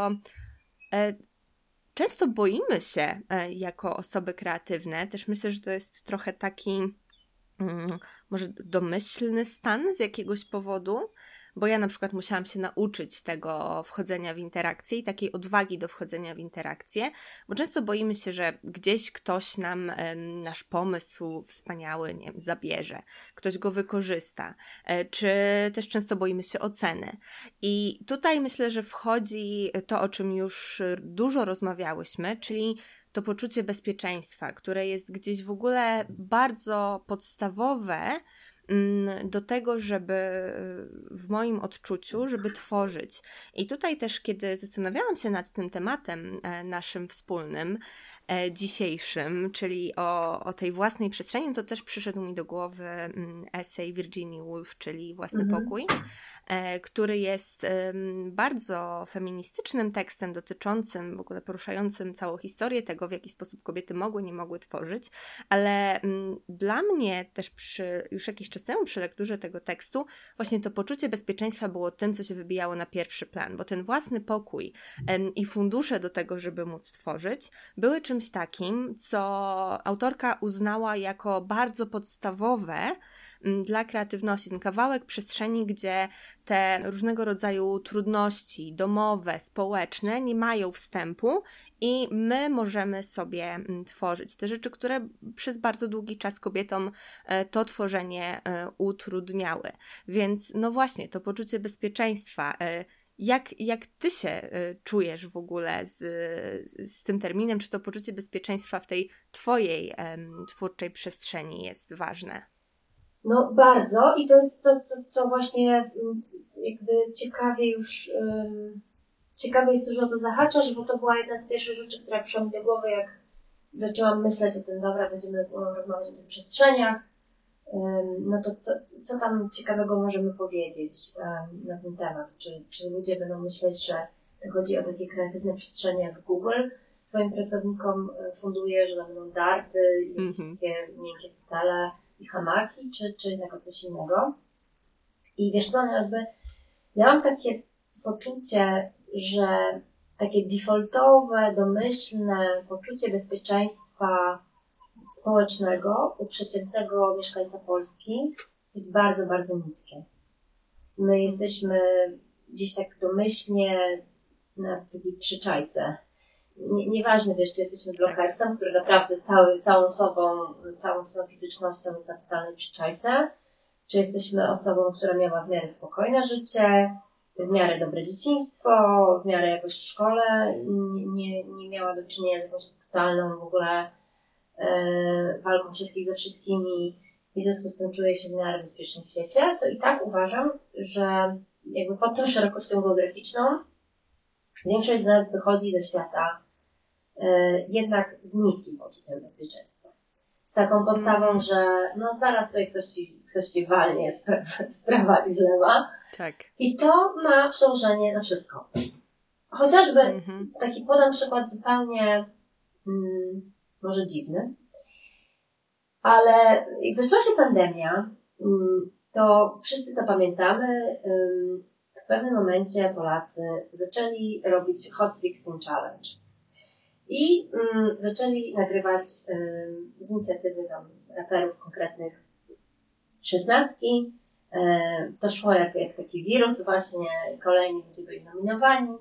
często boimy się jako osoby kreatywne. Też myślę, że to jest trochę taki może domyślny stan z jakiegoś powodu, bo ja na przykład musiałam się nauczyć tego wchodzenia w interakcje i takiej odwagi do wchodzenia w interakcje, bo często boimy się, że gdzieś ktoś nam nasz pomysł wspaniały, nie wiem, zabierze, ktoś go wykorzysta, czy też często boimy się oceny. I tutaj myślę, że wchodzi to, o czym już dużo rozmawiałyśmy, czyli to poczucie bezpieczeństwa, które jest gdzieś w ogóle bardzo podstawowe do tego, żeby w moim odczuciu, żeby tworzyć. I tutaj też, kiedy zastanawiałam się nad tym tematem naszym wspólnym, dzisiejszym, czyli o tej własnej przestrzeni, to też przyszedł mi do głowy esej Virginia Woolf, czyli Własny pokój, który jest bardzo feministycznym tekstem dotyczącym, w ogóle poruszającym całą historię tego, w jaki sposób kobiety mogły, nie mogły tworzyć, ale dla mnie też już jakiś czas temu przy lekturze tego tekstu właśnie to poczucie bezpieczeństwa było tym, co się wybijało na pierwszy plan, bo ten własny pokój i fundusze do tego, żeby móc tworzyć, były czymś takim, co autorka uznała jako bardzo podstawowe dla kreatywności. Ten kawałek przestrzeni, gdzie te różnego rodzaju trudności domowe, społeczne nie mają wstępu i my możemy sobie tworzyć te rzeczy, które przez bardzo długi czas kobietom to tworzenie utrudniały. Więc no właśnie, to poczucie bezpieczeństwa. Jak ty się czujesz w ogóle z tym terminem? Czy to poczucie bezpieczeństwa w tej twojej twórczej przestrzeni jest ważne? No bardzo i to jest to, co właśnie jakby ciekawie jest to, że o to zahaczasz, bo to była jedna z pierwszych rzeczy, która przyszła mi do głowy, jak zaczęłam myśleć o tym, dobra, będziemy z Ulą rozmawiać o tych przestrzeniach, no to co tam ciekawego możemy powiedzieć na ten temat? Czy ludzie będą myśleć, że to chodzi o takie kreatywne przestrzenie jak Google swoim pracownikom funduje, że tam będą darty i jakieś takie miękkie fotele i hamaki, czy jednak o coś innego? I wiesz co, jakby ja mam takie poczucie, że takie defaultowe, domyślne poczucie bezpieczeństwa społecznego u przeciętnego mieszkańca Polski jest bardzo, bardzo niskie. My jesteśmy gdzieś tak domyślnie na takiej przyczajce. Nieważne, wiesz, czy jesteśmy blokersem, który naprawdę całą swoją fizycznością jest na totalnej przyczajce, czy jesteśmy osobą, która miała w miarę spokojne życie, w miarę dobre dzieciństwo, w miarę jakoś w szkole nie miała do czynienia z jakąś totalną w ogóle walką wszystkich ze wszystkimi i w związku z tym czuję się w miarę bezpiecznie w świecie, to i tak uważam, że jakby pod tą szerokością geograficzną większość z nas wychodzi do świata jednak z niskim poczuciem bezpieczeństwa. Z taką postawą, że no zaraz tutaj ktoś ci walnie z prawa i z lewa. Tak. I to ma przełożenie na wszystko. Chociażby taki podam przykład zupełnie może dziwny, ale jak zaczęła się pandemia, to wszyscy to pamiętamy, w pewnym momencie Polacy zaczęli robić Hot 16 Challenge. I zaczęli nagrywać z inicjatywy tam raperów konkretnych 16. To szło jak taki wirus właśnie, kolejni ludzie byli nominowani.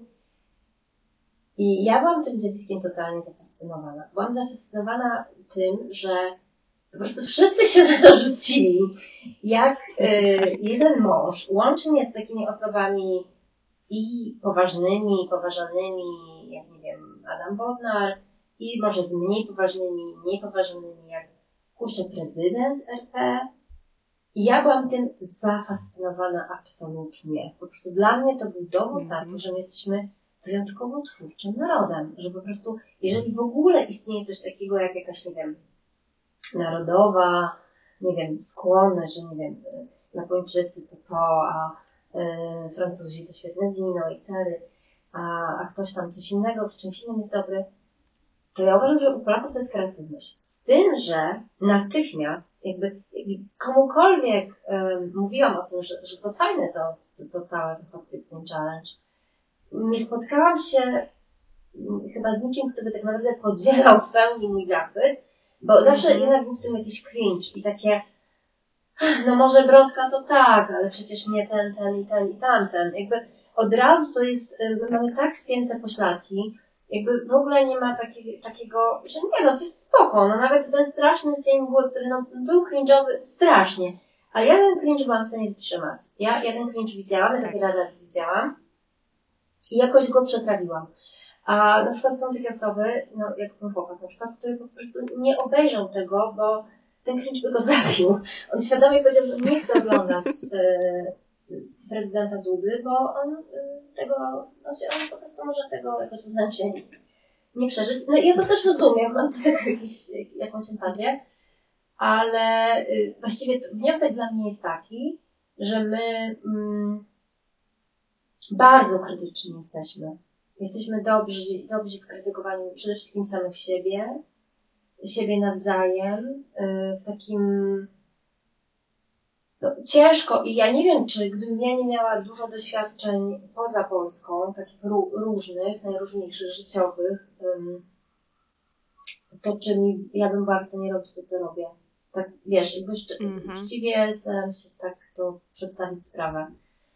I ja byłam tym zjawiskiem totalnie zafascynowana. Byłam zafascynowana tym, że po prostu wszyscy się na to rzucili, jak jeden mąż, łącznie z takimi osobami i poważnymi, poważanymi, jak nie wiem, Adam Bodnar, i może z mniej poważnymi, jak prezydent RP. I ja byłam tym zafascynowana absolutnie. Po prostu dla mnie to był dowód na to, że my jesteśmy wyjątkowo twórczym narodem, że po prostu, jeżeli w ogóle istnieje coś takiego jak jakaś, nie wiem, narodowa, nie wiem, skłonność, że nie wiem, Japończycy to, a Francuzi to świetne wino i sery, a ktoś tam coś innego, w czymś innym jest dobry, to ja uważam, że u Polaków to jest kreatywność. Z tym, że natychmiast jakby komukolwiek mówiłam o tym, że to fajne to całe Hot 16 Challenge, nie spotkałam się chyba z nikim, kto by tak naprawdę podzielał w pełni mój zachwyt, bo zawsze jednak był w tym jakiś cringe i takie no może Brodka to tak, ale przecież nie ten i tamten. Jakby od razu to jest, my mamy tak spięte pośladki, jakby w ogóle nie ma takiego, że nie, no to jest spoko, no nawet ten straszny dzień był, który no, był cringe'owy strasznie, ale ja ten cringe byłam w stanie wytrzymać. Ja ten cringe widziałam, ja to wiele razy widziałam i jakoś go przetrawiłam. A na przykład są takie osoby, no jak mój chłopak na przykład, który po prostu nie obejrzał tego, bo ten cringe by go zabił. On świadomie powiedział, że nie chce oglądać prezydenta Dudy, bo on tego, znaczy on po prostu może tego jakoś wewnętrznie nie przeżyć. No i ja to też rozumiem, mam do tego jakąś empatię, ale właściwie wniosek dla mnie jest taki, że my bardzo krytyczni jesteśmy. Jesteśmy dobrzy w krytykowaniu przede wszystkim samych siebie nawzajem, w takim no, ciężko i ja nie wiem, czy gdybym ja nie miała dużo doświadczeń poza Polską, takich różnych, najróżniejszych, życiowych, to czy ja bym była w stanie robić to, co robię. Tak, wiesz, jakby uczciwie staram się tak to przedstawić sprawę.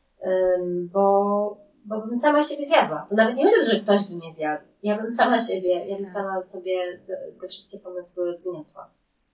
Bo bym sama siebie zjadła. To nawet nie myślę, że ktoś by mnie zjadł. Ja bym sama sobie te wszystkie pomysły zgniotła.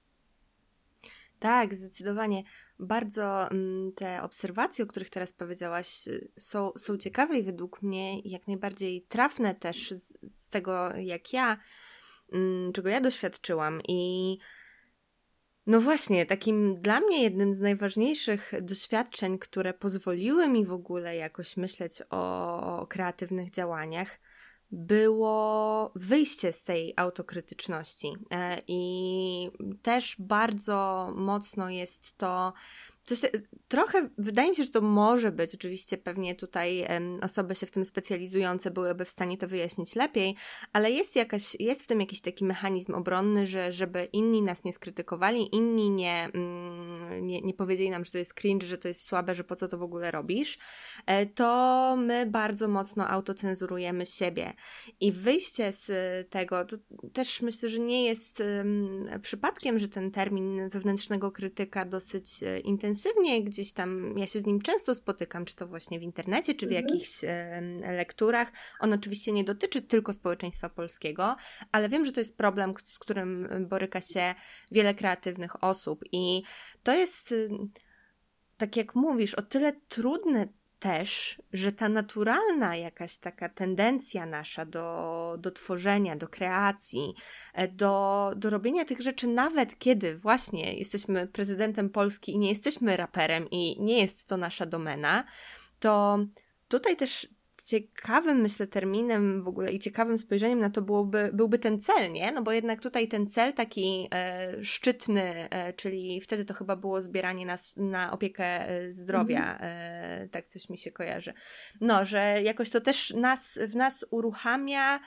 Tak, zdecydowanie. Bardzo te obserwacje, o których teraz powiedziałaś, są ciekawe i według mnie jak najbardziej trafne też z tego, czego ja doświadczyłam. I no właśnie, takim dla mnie jednym z najważniejszych doświadczeń, które pozwoliły mi w ogóle jakoś myśleć o kreatywnych działaniach, było wyjście z tej autokrytyczności. I też bardzo mocno jest to trochę, wydaje mi się, że to może być, oczywiście pewnie tutaj osoby się w tym specjalizujące byłyby w stanie to wyjaśnić lepiej, ale jest w tym jakiś taki mechanizm obronny, żeby inni nas nie skrytykowali, inni nie powiedzieli nam, że to jest cringe, że to jest słabe, że po co to w ogóle robisz, to my bardzo mocno autocenzurujemy siebie. I wyjście z tego, to też myślę, że nie jest przypadkiem, że ten termin wewnętrznego krytyka dosyć intensywnie gdzieś tam, ja się z nim często spotykam, czy to właśnie w internecie, czy w jakichś lekturach. On oczywiście nie dotyczy tylko społeczeństwa polskiego, ale wiem, że to jest problem, z którym boryka się wiele kreatywnych osób i to jest, tak jak mówisz, o tyle trudne też, że ta naturalna jakaś taka tendencja nasza do tworzenia, do kreacji, do robienia tych rzeczy, nawet kiedy właśnie jesteśmy prezydentem Polski i nie jesteśmy raperem i nie jest to nasza domena, to tutaj też ciekawym, myślę, terminem w ogóle i ciekawym spojrzeniem na to byłby ten cel, nie? No bo jednak tutaj ten cel taki szczytny, czyli wtedy to chyba było zbieranie na opiekę zdrowia, tak coś mi się kojarzy. No, że jakoś to też w nas uruchamia,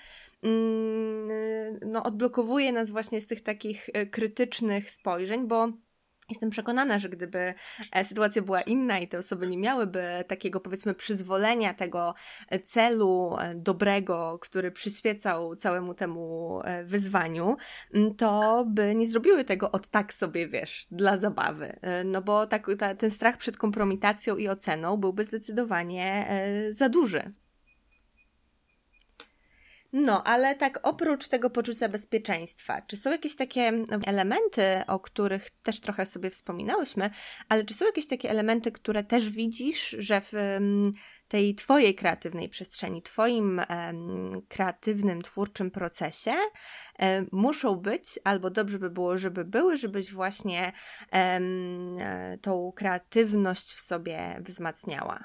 no odblokowuje nas właśnie z tych takich krytycznych spojrzeń, bo jestem przekonana, że gdyby sytuacja była inna i te osoby nie miałyby takiego, powiedzmy, przyzwolenia, tego celu dobrego, który przyświecał całemu temu wyzwaniu, to by nie zrobiły tego od tak sobie, wiesz, dla zabawy. No bo ten strach przed kompromitacją i oceną byłby zdecydowanie za duży. No, ale tak oprócz tego poczucia bezpieczeństwa, czy są jakieś takie elementy, o których też trochę sobie wspominałyśmy, ale czy są jakieś takie elementy, które też widzisz, że w tej twojej kreatywnej przestrzeni, twoim kreatywnym, twórczym procesie muszą być, albo dobrze by było, żeby były, żebyś właśnie tą kreatywność w sobie wzmacniała?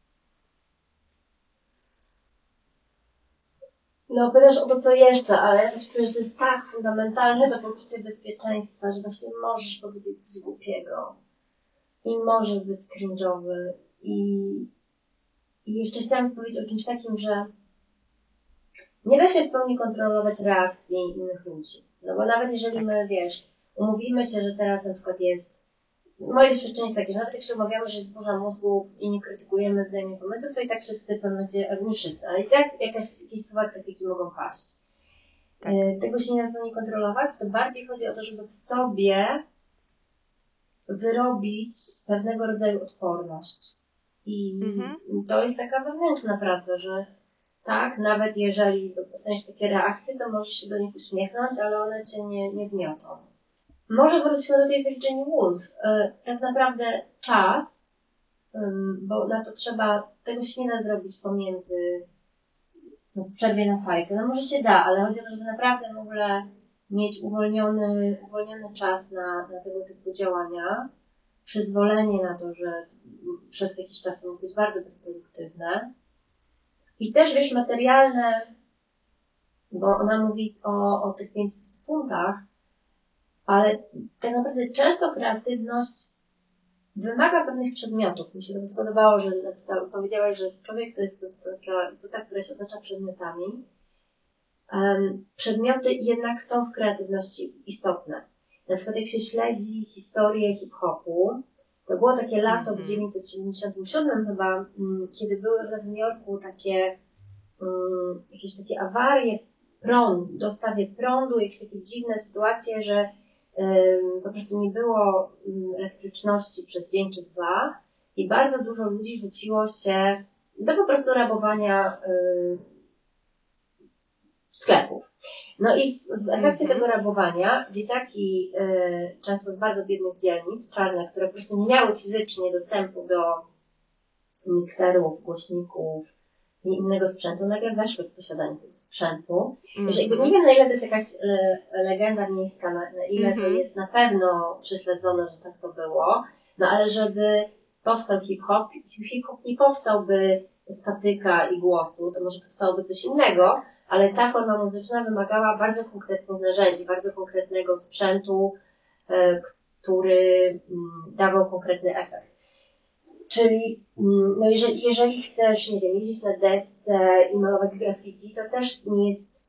No, pytasz o to, co jeszcze, ale ja czuję, że to jest tak fundamentalne to poczucie bezpieczeństwa, że właśnie możesz powiedzieć coś głupiego i możesz być cringe'owy i jeszcze chciałam powiedzieć o czymś takim, że nie da się w pełni kontrolować reakcji innych ludzi. No bo nawet jeżeli my, wiesz, umówimy się, że teraz na przykład moje doświadczenie jest takie, że nawet jak się umawiamy, że jest burza mózgów i nie krytykujemy wzajemnie pomysłów, to i tak wszyscy w pewnym momencie, nie wszyscy, ale i tak jakieś słowa krytyki mogą paść. Tak. Tego się nie da w pełni kontrolować, to bardziej chodzi o to, żeby w sobie wyrobić pewnego rodzaju odporność. I to jest taka wewnętrzna praca, że tak, nawet jeżeli dostaniesz takie reakcje, to możesz się do nich uśmiechnąć, ale one cię nie zmiotą. Może wróćmy do tej Virginia Woolf. Tak naprawdę czas, bo na to tego się nie da zrobić pomiędzy w przerwie na fajkę. No może się da, ale chodzi o to, żeby naprawdę w ogóle mieć uwolniony czas na tego typu działania, przyzwolenie na to, że przez jakiś czas to może być bardzo bezproduktywne. I też, wiesz, materialne, bo ona mówi o tych 500 funtach, ale tak naprawdę często kreatywność wymaga pewnych przedmiotów. Mi się to spodobało, że powiedziałaś, że człowiek to jest taka istota, która się otacza przedmiotami. Przedmioty jednak są w kreatywności istotne. Na przykład jak się śledzi historię hip-hopu, to było takie lato w 1977 chyba, kiedy były w Nowym Jorku jakieś takie awarie prądu, dostawie prądu, jakieś takie dziwne sytuacje, że po prostu nie było elektryczności przez dzień czy dwa i bardzo dużo ludzi rzuciło się do po prostu rabowania sklepów. No i w efekcie tego rabowania dzieciaki często z bardzo biednych dzielnic, czarne, które po prostu nie miały fizycznie dostępu do mikserów, głośników i innego sprzętu, nagle weszły w posiadanie tego sprzętu. Jakby nie wiem, na ile to jest jakaś legenda miejska, na ile to jest na pewno prześledzone, że tak to było, no ale żeby powstał hip-hop nie powstałby z patyka i głosu, to może powstałoby coś innego, ale ta forma muzyczna wymagała bardzo konkretnych narzędzi, bardzo konkretnego sprzętu, który dawał konkretny efekt. Czyli no jeżeli chcesz, nie wiem, jeździć na desce i malować graffiti, to też nie jest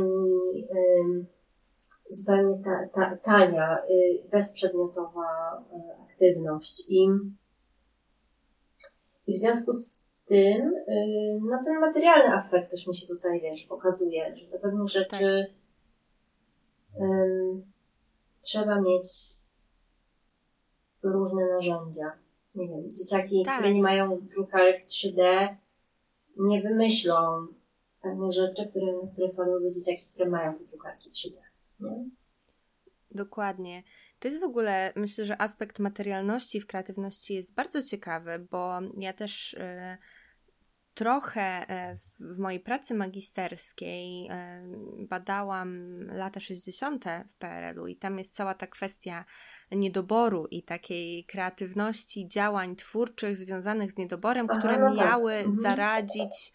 zupełnie tania, bezprzedmiotowa aktywność. I w związku z tym, no ten materialny aspekt też mi się tutaj, wiesz, pokazuje, że do pewnych rzeczy trzeba mieć różne narzędzia. Nie wiem, dzieciaki, które nie mają drukarek 3D, nie wymyślą pewnych rzeczy, na które wpadłyby dzieciaki, które mają te drukarki 3D. Nie? Dokładnie. To jest w ogóle, myślę, że aspekt materialności w kreatywności jest bardzo ciekawy, bo ja też trochę w mojej pracy magisterskiej badałam lata 60. w PRL-u i tam jest cała ta kwestia niedoboru i takiej kreatywności działań twórczych związanych z niedoborem, które miały zaradzić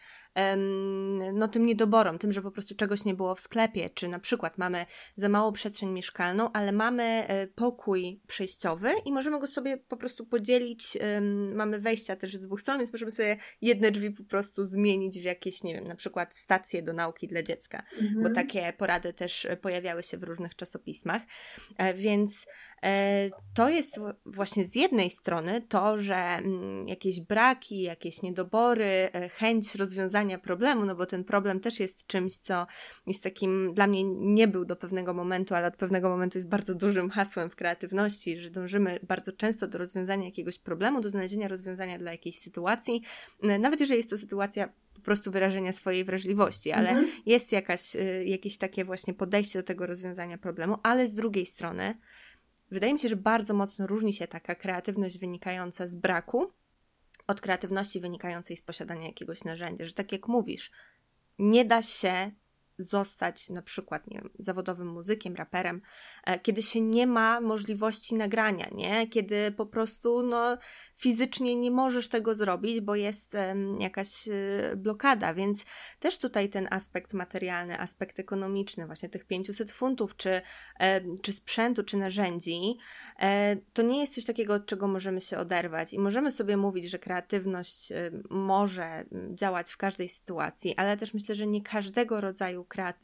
tym niedoborom, tym, że po prostu czegoś nie było w sklepie, czy na przykład mamy za małą przestrzeń mieszkalną, ale mamy pokój przejściowy i możemy go sobie po prostu podzielić, mamy wejścia też z dwóch stron, więc możemy sobie jedne drzwi po prostu zmienić w jakieś, nie wiem, na przykład stacje do nauki dla dziecka, bo takie porady też pojawiały się w różnych czasopismach, więc to jest właśnie z jednej strony to, że jakieś braki, jakieś niedobory, chęć rozwiązania problemu, no bo ten problem też jest czymś, co jest takim, dla mnie nie był do pewnego momentu, ale od pewnego momentu jest bardzo dużym hasłem w kreatywności, że dążymy bardzo często do rozwiązania jakiegoś problemu, do znalezienia rozwiązania dla jakiejś sytuacji, nawet jeżeli jest to sytuacja po prostu wyrażenia swojej wrażliwości, ale jest jakieś takie właśnie podejście do tego rozwiązania problemu, ale z drugiej strony wydaje mi się, że bardzo mocno różni się taka kreatywność wynikająca z braku od kreatywności wynikającej z posiadania jakiegoś narzędzia, że tak jak mówisz, nie da się zostać na przykład, nie wiem, zawodowym muzykiem, raperem, kiedy się nie ma możliwości nagrania, nie? Kiedy po prostu fizycznie nie możesz tego zrobić, bo jest jakaś blokada, więc też tutaj ten aspekt materialny, aspekt ekonomiczny, właśnie tych 500 funtów, czy sprzętu, czy narzędzi, to nie jest coś takiego, od czego możemy się oderwać i możemy sobie mówić, że kreatywność może działać w każdej sytuacji, ale też myślę, że nie każdego rodzaju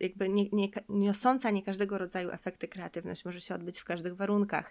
niosąca nie każdego rodzaju efekty kreatywność może się odbyć w każdych warunkach.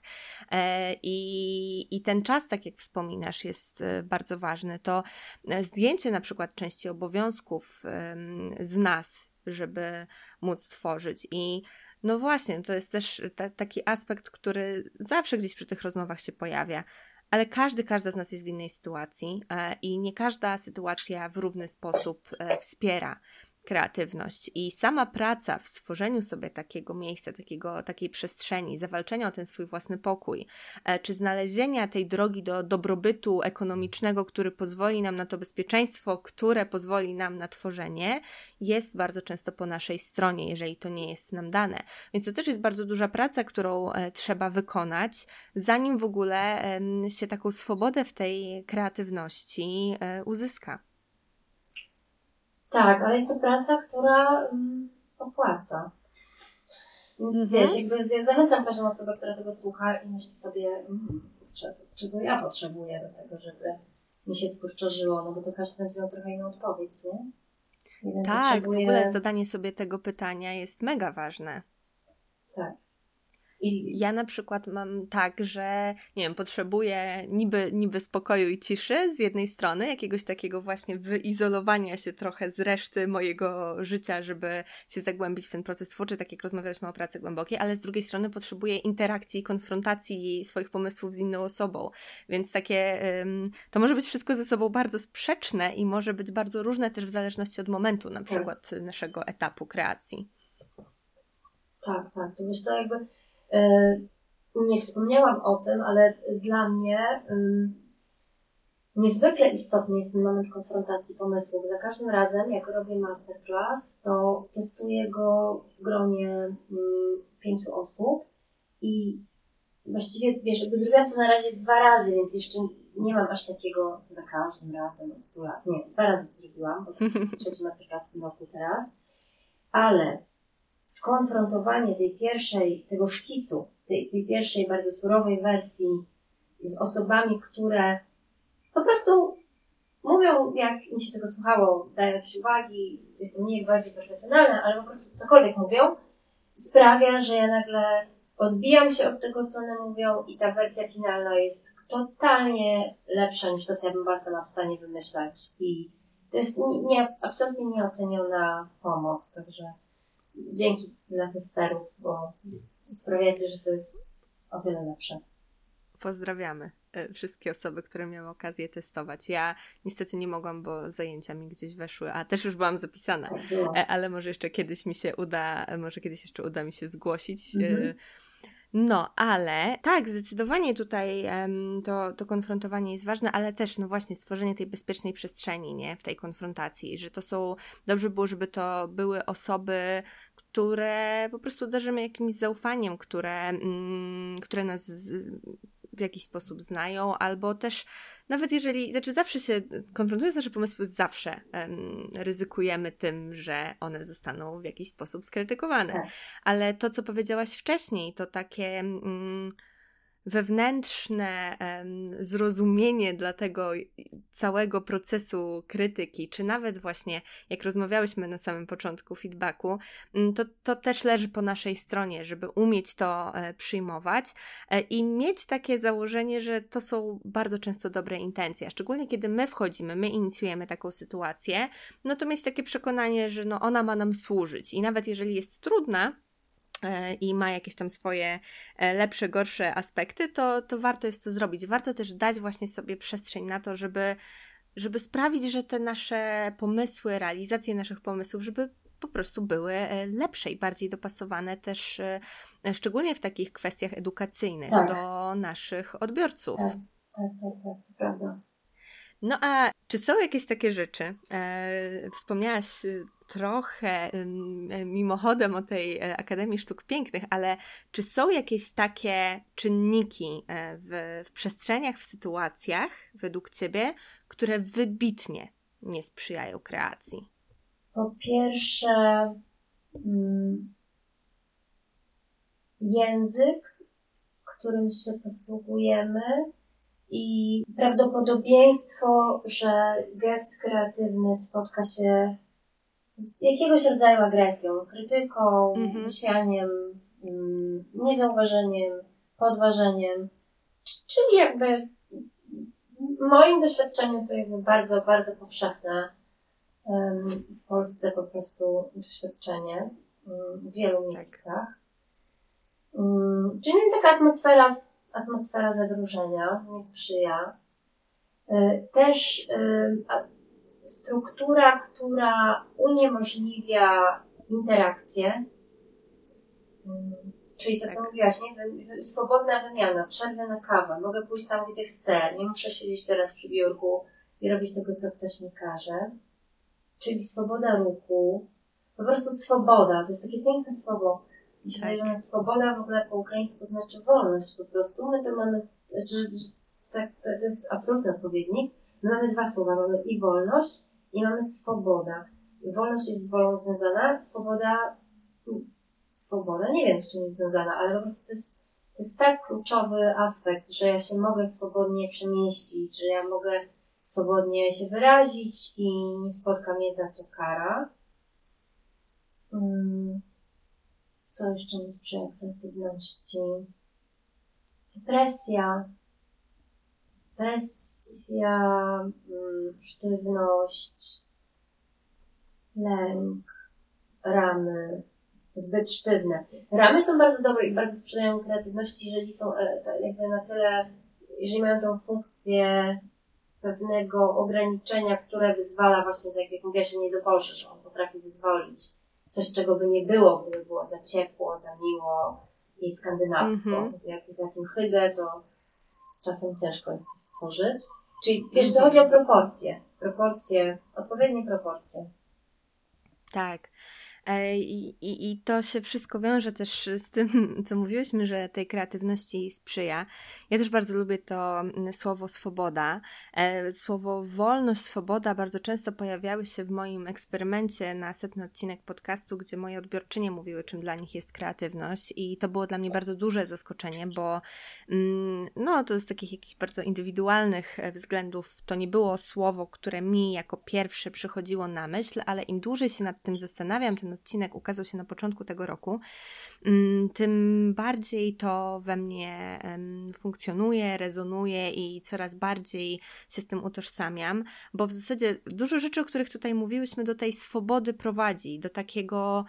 I ten czas, tak jak wspominasz, jest bardzo ważny. To zdjęcie na przykład części obowiązków z nas, żeby móc tworzyć. I No właśnie, to jest też taki aspekt, który zawsze gdzieś przy tych rozmowach się pojawia. Ale każda z nas jest w innej sytuacji i nie każda sytuacja w równy sposób wspiera kreatywność. I sama praca w stworzeniu sobie takiego miejsca, takiej przestrzeni, zawalczenia o ten swój własny pokój, czy znalezienia tej drogi do dobrobytu ekonomicznego, który pozwoli nam na to bezpieczeństwo, które pozwoli nam na tworzenie, jest bardzo często po naszej stronie, jeżeli to nie jest nam dane. Więc to też jest bardzo duża praca, którą trzeba wykonać, zanim w ogóle się taką swobodę w tej kreatywności uzyska. Tak, ale jest to praca, która opłaca. Więc wiesz, jakby ja zachęcam każdą osobę, która tego słucha i myśli sobie, czego ja potrzebuję do tego, żeby mi się twórczo żyło, no bo to każdy będzie miał trochę inną odpowiedź, nie? Jeden tak, w ogóle zadanie sobie tego pytania jest mega ważne. Tak. Ja na przykład mam tak, że nie wiem, potrzebuję niby spokoju i ciszy z jednej strony, jakiegoś takiego właśnie wyizolowania się trochę z reszty mojego życia, żeby się zagłębić w ten proces twórczy, tak jak rozmawialiśmy o pracy głębokiej, ale z drugiej strony potrzebuję interakcji, konfrontacji swoich pomysłów z inną osobą, więc takie, to może być wszystko ze sobą bardzo sprzeczne i może być bardzo różne też w zależności od momentu, na przykład naszego etapu kreacji. Tak, to wiesz co, jakby nie wspomniałam o tym, ale dla mnie niezwykle istotny jest ten moment konfrontacji pomysłów. Za każdym razem, jak robię masterclass, to testuję go w gronie 5 osób i właściwie, wiesz, jakby zrobiłam to na razie 2 razy, więc jeszcze nie mam aż takiego za każdym razem od 100 lat. Nie, 2 razy zrobiłam, bo to jest 3. masterclass w tym roku teraz, ale skonfrontowanie tego szkicu, tej pierwszej bardzo surowej wersji z osobami, które po prostu mówią, jak im się tego słuchało, dają jakieś uwagi, jest to mniej bardziej profesjonalne, ale po prostu cokolwiek mówią, sprawia, że ja nagle odbijam się od tego, co one mówią i ta wersja finalna jest totalnie lepsza niż to, co ja bym była sama w stanie wymyślać. I to jest absolutnie nieoceniona pomoc, także dzięki dla testerów, bo sprawiacie, że to jest o wiele lepsze. Pozdrawiamy wszystkie osoby, które miały okazję testować. Ja niestety nie mogłam, bo zajęcia mi gdzieś weszły, a też już byłam zapisana, ale może jeszcze kiedyś jeszcze uda mi się zgłosić. No, ale tak, zdecydowanie tutaj to konfrontowanie jest ważne, ale też, no właśnie, stworzenie tej bezpiecznej przestrzeni, nie, w tej konfrontacji, że dobrze było, żeby to były osoby, które po prostu darzymy jakimś zaufaniem, które nas w jakiś sposób znają, albo też nawet jeżeli, zawsze się konfrontując nasze pomysły, zawsze ryzykujemy tym, że one zostaną w jakiś sposób skrytykowane. Tak. Ale to, co powiedziałaś wcześniej, to takie wewnętrzne zrozumienie dla tego całego procesu krytyki, czy nawet właśnie, jak rozmawiałyśmy na samym początku feedbacku, to też leży po naszej stronie, żeby umieć to przyjmować i mieć takie założenie, że to są bardzo często dobre intencje, a szczególnie kiedy my inicjujemy taką sytuację, no to mieć takie przekonanie, że no ona ma nam służyć i nawet jeżeli jest trudna, i ma jakieś tam swoje lepsze, gorsze aspekty, to warto jest to zrobić. Warto też dać właśnie sobie przestrzeń na to, żeby sprawić, że te nasze pomysły, realizacje naszych pomysłów, żeby po prostu były lepsze i bardziej dopasowane też, szczególnie w takich kwestiach edukacyjnych, do naszych odbiorców. Tak, to prawda. No a czy są jakieś takie rzeczy? Wspomniałaś trochę mimochodem o tej Akademii Sztuk Pięknych, ale czy są jakieś takie czynniki w przestrzeniach, w sytuacjach według Ciebie, które wybitnie nie sprzyjają kreacji? Po pierwsze, język, którym się posługujemy, i prawdopodobieństwo, że gest kreatywny spotka się z jakiegoś rodzaju agresją, krytyką, wyśmianiem, niezauważeniem, podważeniem, czyli jakby w moim doświadczeniu to jakby bardzo, bardzo powszechne w Polsce po prostu doświadczenie w wielu miejscach. Czyli taka atmosfera zagrożenia nie sprzyja. Też struktura, która uniemożliwia interakcję, czyli to, co mówiłaś, nie? Swobodna wymiana, przerwę na kawę, mogę pójść tam, gdzie chcę, nie muszę siedzieć teraz przy biurku i robić tego, co ktoś mi każe. Czyli swoboda ruchu, po prostu swoboda, to jest takie piękne słowo. Mi się wydaje, że swoboda w ogóle po ukraińsku znaczy wolność po prostu. My to mamy, to jest absolutny odpowiednik. My mamy dwa słowa, mamy i wolność, i mamy swoboda. Wolność jest z wolą związana, swoboda, nie wiem, z czym jest związana, ale po prostu to jest tak kluczowy aspekt, że ja się mogę swobodnie przemieścić, że ja mogę swobodnie się wyrazić i nie spotka mnie za to kara. Co jeszcze nie sprzyja kreatywności? Presja, sztywność, lęk, ramy, zbyt sztywne. Ramy są bardzo dobre i bardzo sprzyjają kreatywności, jeżeli są jakby na tyle, jeżeli mają tą funkcję pewnego ograniczenia, które wyzwala właśnie, tak jak mówiłaś, że nie do Polszy, że on potrafi wyzwolić coś, czego by nie było, gdyby było za ciepło, za miło i skandynawsko. Jak w takim hygge, to czasem ciężko jest to stworzyć. Czyli wiesz, to chodzi o proporcje, odpowiednie proporcje. Tak. I to się wszystko wiąże też z tym, co mówiłyśmy, że tej kreatywności sprzyja. Ja też bardzo lubię to słowo swoboda. Słowo wolność, swoboda bardzo często pojawiały się w moim eksperymencie na 100. odcinek podcastu, gdzie moje odbiorczynie mówiły, czym dla nich jest kreatywność i to było dla mnie bardzo duże zaskoczenie, bo to z takich jakichś bardzo indywidualnych względów to nie było słowo, które mi jako pierwsze przychodziło na myśl, ale im dłużej się nad tym zastanawiam, ten odcinek ukazał się na początku tego roku, tym bardziej to we mnie funkcjonuje, rezonuje i coraz bardziej się z tym utożsamiam, bo w zasadzie dużo rzeczy, o których tutaj mówiłyśmy, do tej swobody prowadzi, do takiego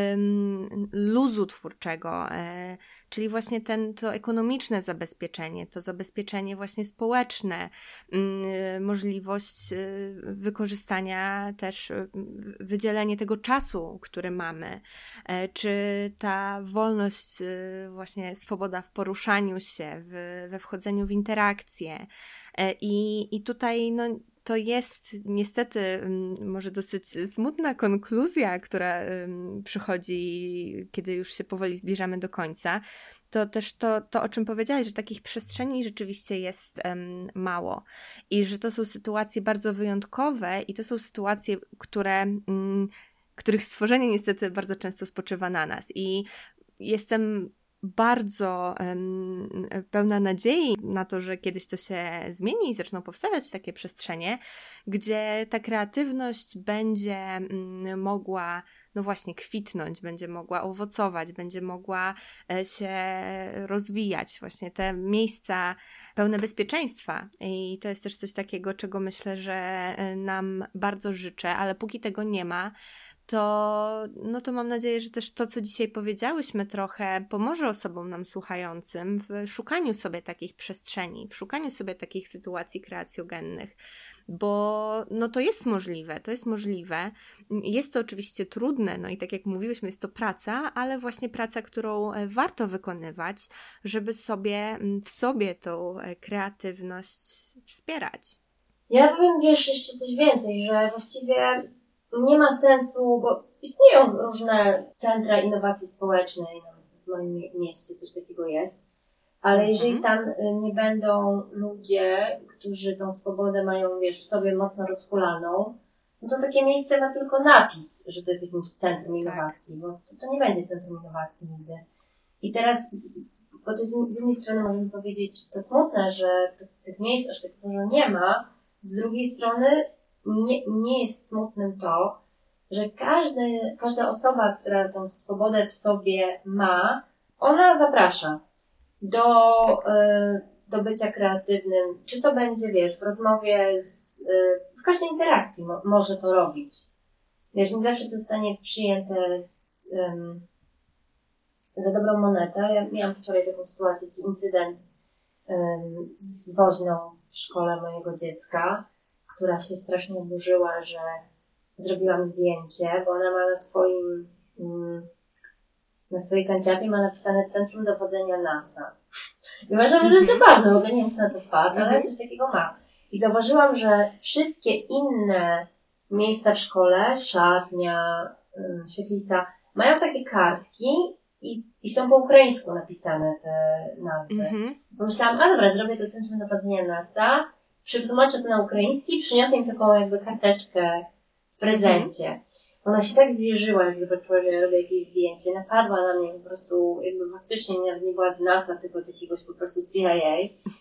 luzu twórczego, czyli właśnie to ekonomiczne zabezpieczenie, to zabezpieczenie właśnie społeczne, możliwość wykorzystania też, wydzielenie tego czasu, który mamy, czy ta wolność, właśnie swoboda w poruszaniu się, we wchodzeniu w interakcje. I tutaj to jest niestety może dosyć smutna konkluzja, która przychodzi, kiedy już się powoli zbliżamy do końca. To też to, o czym powiedziałaś, że takich przestrzeni rzeczywiście jest mało i że to są sytuacje bardzo wyjątkowe i to są sytuacje, których stworzenie niestety bardzo często spoczywa na nas. I jestem bardzo pełna nadziei na to, że kiedyś to się zmieni i zaczną powstawać takie przestrzenie, gdzie ta kreatywność będzie mogła właśnie kwitnąć, będzie mogła owocować, będzie mogła się rozwijać. Właśnie te miejsca pełne bezpieczeństwa. I to jest też coś takiego, czego myślę, że nam bardzo życzę, ale póki tego nie ma, to mam nadzieję, że też to, co dzisiaj powiedziałyśmy, trochę pomoże osobom nam słuchającym w szukaniu sobie takich przestrzeni, w szukaniu sobie takich sytuacji kreacjogennych, bo to jest możliwe, Jest to oczywiście trudne, i tak jak mówiłyśmy, jest to praca, ale właśnie praca, którą warto wykonywać, żeby w sobie tą kreatywność wspierać. Ja powiem, jeszcze coś więcej, że właściwie nie ma sensu, bo istnieją różne centra innowacji społecznej, w moim mieście coś takiego jest, ale jeżeli tam nie będą ludzie, którzy tą swobodę mają, w sobie mocno rozhulaną, to takie miejsce ma tylko napis, że to jest jakimś centrum innowacji, bo to nie będzie centrum innowacji nigdy. I teraz, bo to jest, z jednej strony możemy powiedzieć, to smutne, że tych miejsc aż tak dużo nie ma, z drugiej strony nie jest smutnym to, że każda osoba, która tą swobodę w sobie ma, ona zaprasza do bycia kreatywnym. Czy to będzie, w rozmowie w każdej interakcji może to robić. Nie zawsze to zostanie przyjęte za dobrą monetę. Ja miałam wczoraj taką sytuację, taki incydent z woźną w szkole mojego dziecka, która się strasznie oburzyła, że zrobiłam zdjęcie, bo ona ma na swojej kanciapie ma napisane Centrum Dowodzenia NASA. I uważam, że jest zabawne, bo nie wiem, kto na to wpadł, ale coś takiego ma. I zauważyłam, że wszystkie inne miejsca w szkole, szatnia, świetlica, mają takie kartki i są po ukraińsku napisane te nazwy. Pomyślałam, a dobra, zrobię to Centrum Dowodzenia NASA, przetłumaczę to na ukraiński i przyniosę im taką jakby karteczkę w prezencie. Ona się tak zjeżyła, jak zobaczyła, że ja robię jakieś zdjęcie, napadła na mnie po prostu, jakby faktycznie nie była z NASA, tylko z jakiegoś po prostu CIA.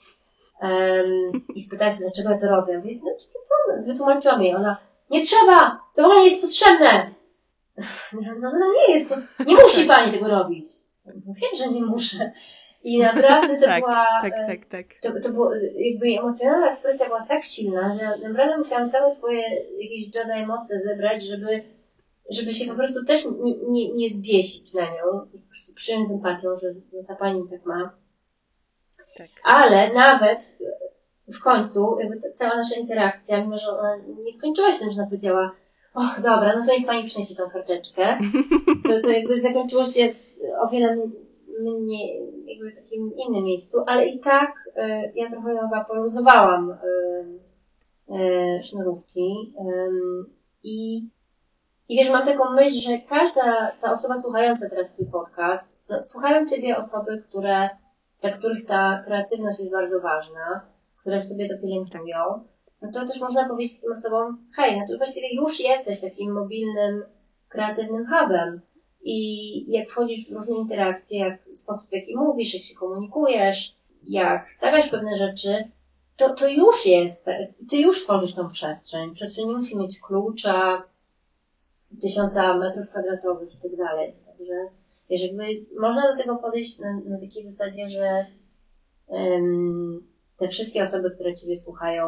I spytała się, dlaczego ja to robię. Ja mówię, wytłumaczyłam jej, ona, nie trzeba, to w ogóle nie jest potrzebne. No nie jest, nie musi pani tego robić. Wiem, że nie muszę. I naprawdę to była, to było, jakby emocjonalna ekspresja była tak silna, że naprawdę musiałam całe swoje jakieś Jedi moce zebrać, żeby się po prostu też nie zbiesić na nią i po prostu przyjąć z empatią, że ta pani tak ma. Tak. Ale nawet w końcu, jakby cała nasza interakcja, mimo że ona nie skończyła się tym, że ona powiedziała, och, dobra, no to niech pani przyniesie tą karteczkę, to jakby zakończyło się o wiele mniej, jakby w takim innym miejscu, ale i tak ja trochę chyba poluzowałam sznurówki i wiesz, mam taką myśl, że każda ta osoba słuchająca teraz twój podcast, słuchają ciebie osoby, dla których ta kreatywność jest bardzo ważna, które w sobie to pielęgnują, no to też można powiedzieć tym osobom, hej, no to właściwie już jesteś takim mobilnym, kreatywnym hubem i jak wchodzisz w różne interakcje, jak sposób, w jaki mówisz, jak się komunikujesz, jak stawiasz pewne rzeczy, to już jest, ty już tworzysz tą przestrzeń. Przestrzeń nie musi mieć klucza, 1000 metrów kwadratowych i tak dalej. Także, wiesz, jakby można do tego podejść na takiej zasadzie, że te wszystkie osoby, które ciebie słuchają,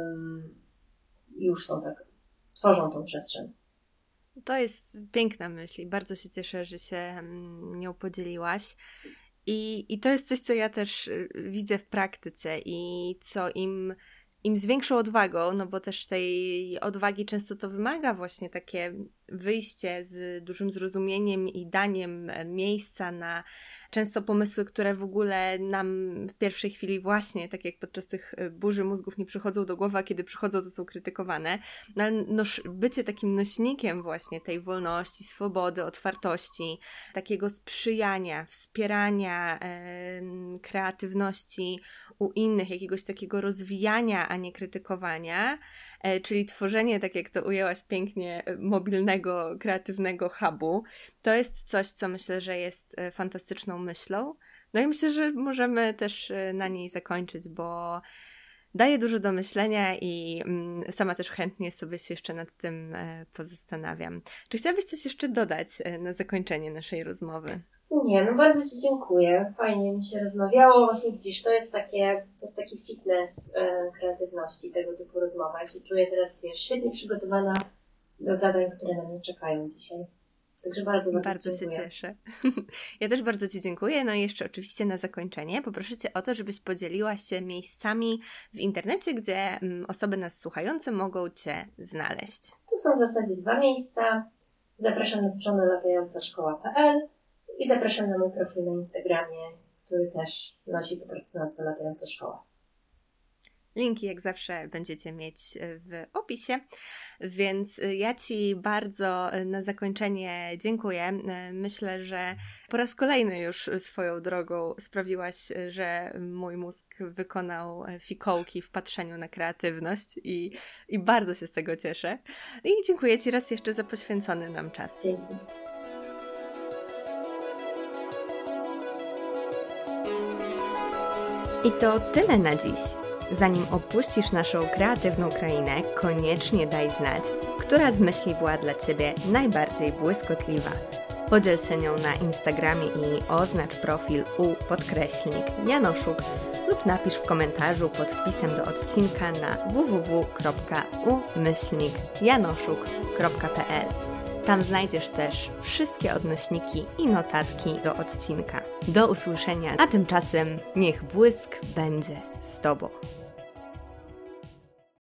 już są tak, tworzą tą przestrzeń. To jest piękna myśl i bardzo się cieszę, że się nią podzieliłaś. I to jest coś, co ja też widzę w praktyce i co im z większą odwagą, no bo też tej odwagi często to wymaga właśnie takie wyjście z dużym zrozumieniem i daniem miejsca na często pomysły, które w ogóle nam w pierwszej chwili właśnie, tak jak podczas tych burzy mózgów nie przychodzą do głowy, a kiedy przychodzą, to są krytykowane. No, bycie takim nośnikiem właśnie tej wolności, swobody, otwartości, takiego sprzyjania, wspierania kreatywności u innych, jakiegoś takiego rozwijania, a nie krytykowania, czyli tworzenie, tak jak to ujęłaś pięknie, mobilnego, kreatywnego hubu. To jest coś, co myślę, że jest fantastyczną myślą. No i myślę, że możemy też na niej zakończyć, bo daje dużo do myślenia i sama też chętnie sobie się jeszcze nad tym pozastanawiam. Czy chciałabyś coś jeszcze dodać na zakończenie naszej rozmowy? Nie, no bardzo Ci dziękuję. Fajnie mi się rozmawiało. Właśnie widzisz, to jest taki fitness kreatywności, tego typu rozmowa. Ja się czuję teraz, świetnie przygotowana do zadań, które na mnie czekają dzisiaj. Także bardzo się cieszę. Ja też bardzo Ci dziękuję. No i jeszcze oczywiście na zakończenie poproszę Cię o to, żebyś podzieliła się miejscami w internecie, gdzie osoby nas słuchające mogą Cię znaleźć. Tu są w zasadzie 2 miejsca. Zapraszam na stronę latającaszkoła.pl i zapraszam na mój profil na Instagramie, który też nosi po prostu nazwę Latająca Szkoła. Linki jak zawsze będziecie mieć w opisie, więc ja Ci bardzo na zakończenie dziękuję. Myślę, że po raz kolejny już swoją drogą sprawiłaś, że mój mózg wykonał fikołki w patrzeniu na kreatywność i bardzo się z tego cieszę. I dziękuję Ci raz jeszcze za poświęcony nam czas. Dzięki. I to tyle na dziś. Zanim opuścisz naszą kreatywną krainę, koniecznie daj znać, która z myśli była dla Ciebie najbardziej błyskotliwa. Podziel się nią na Instagramie i oznacz profil _Janoszuk lub napisz w komentarzu pod wpisem do odcinka na www.u-janoszuk.pl. Tam znajdziesz też wszystkie odnośniki i notatki do odcinka. Do usłyszenia, a tymczasem niech błysk będzie z Tobą.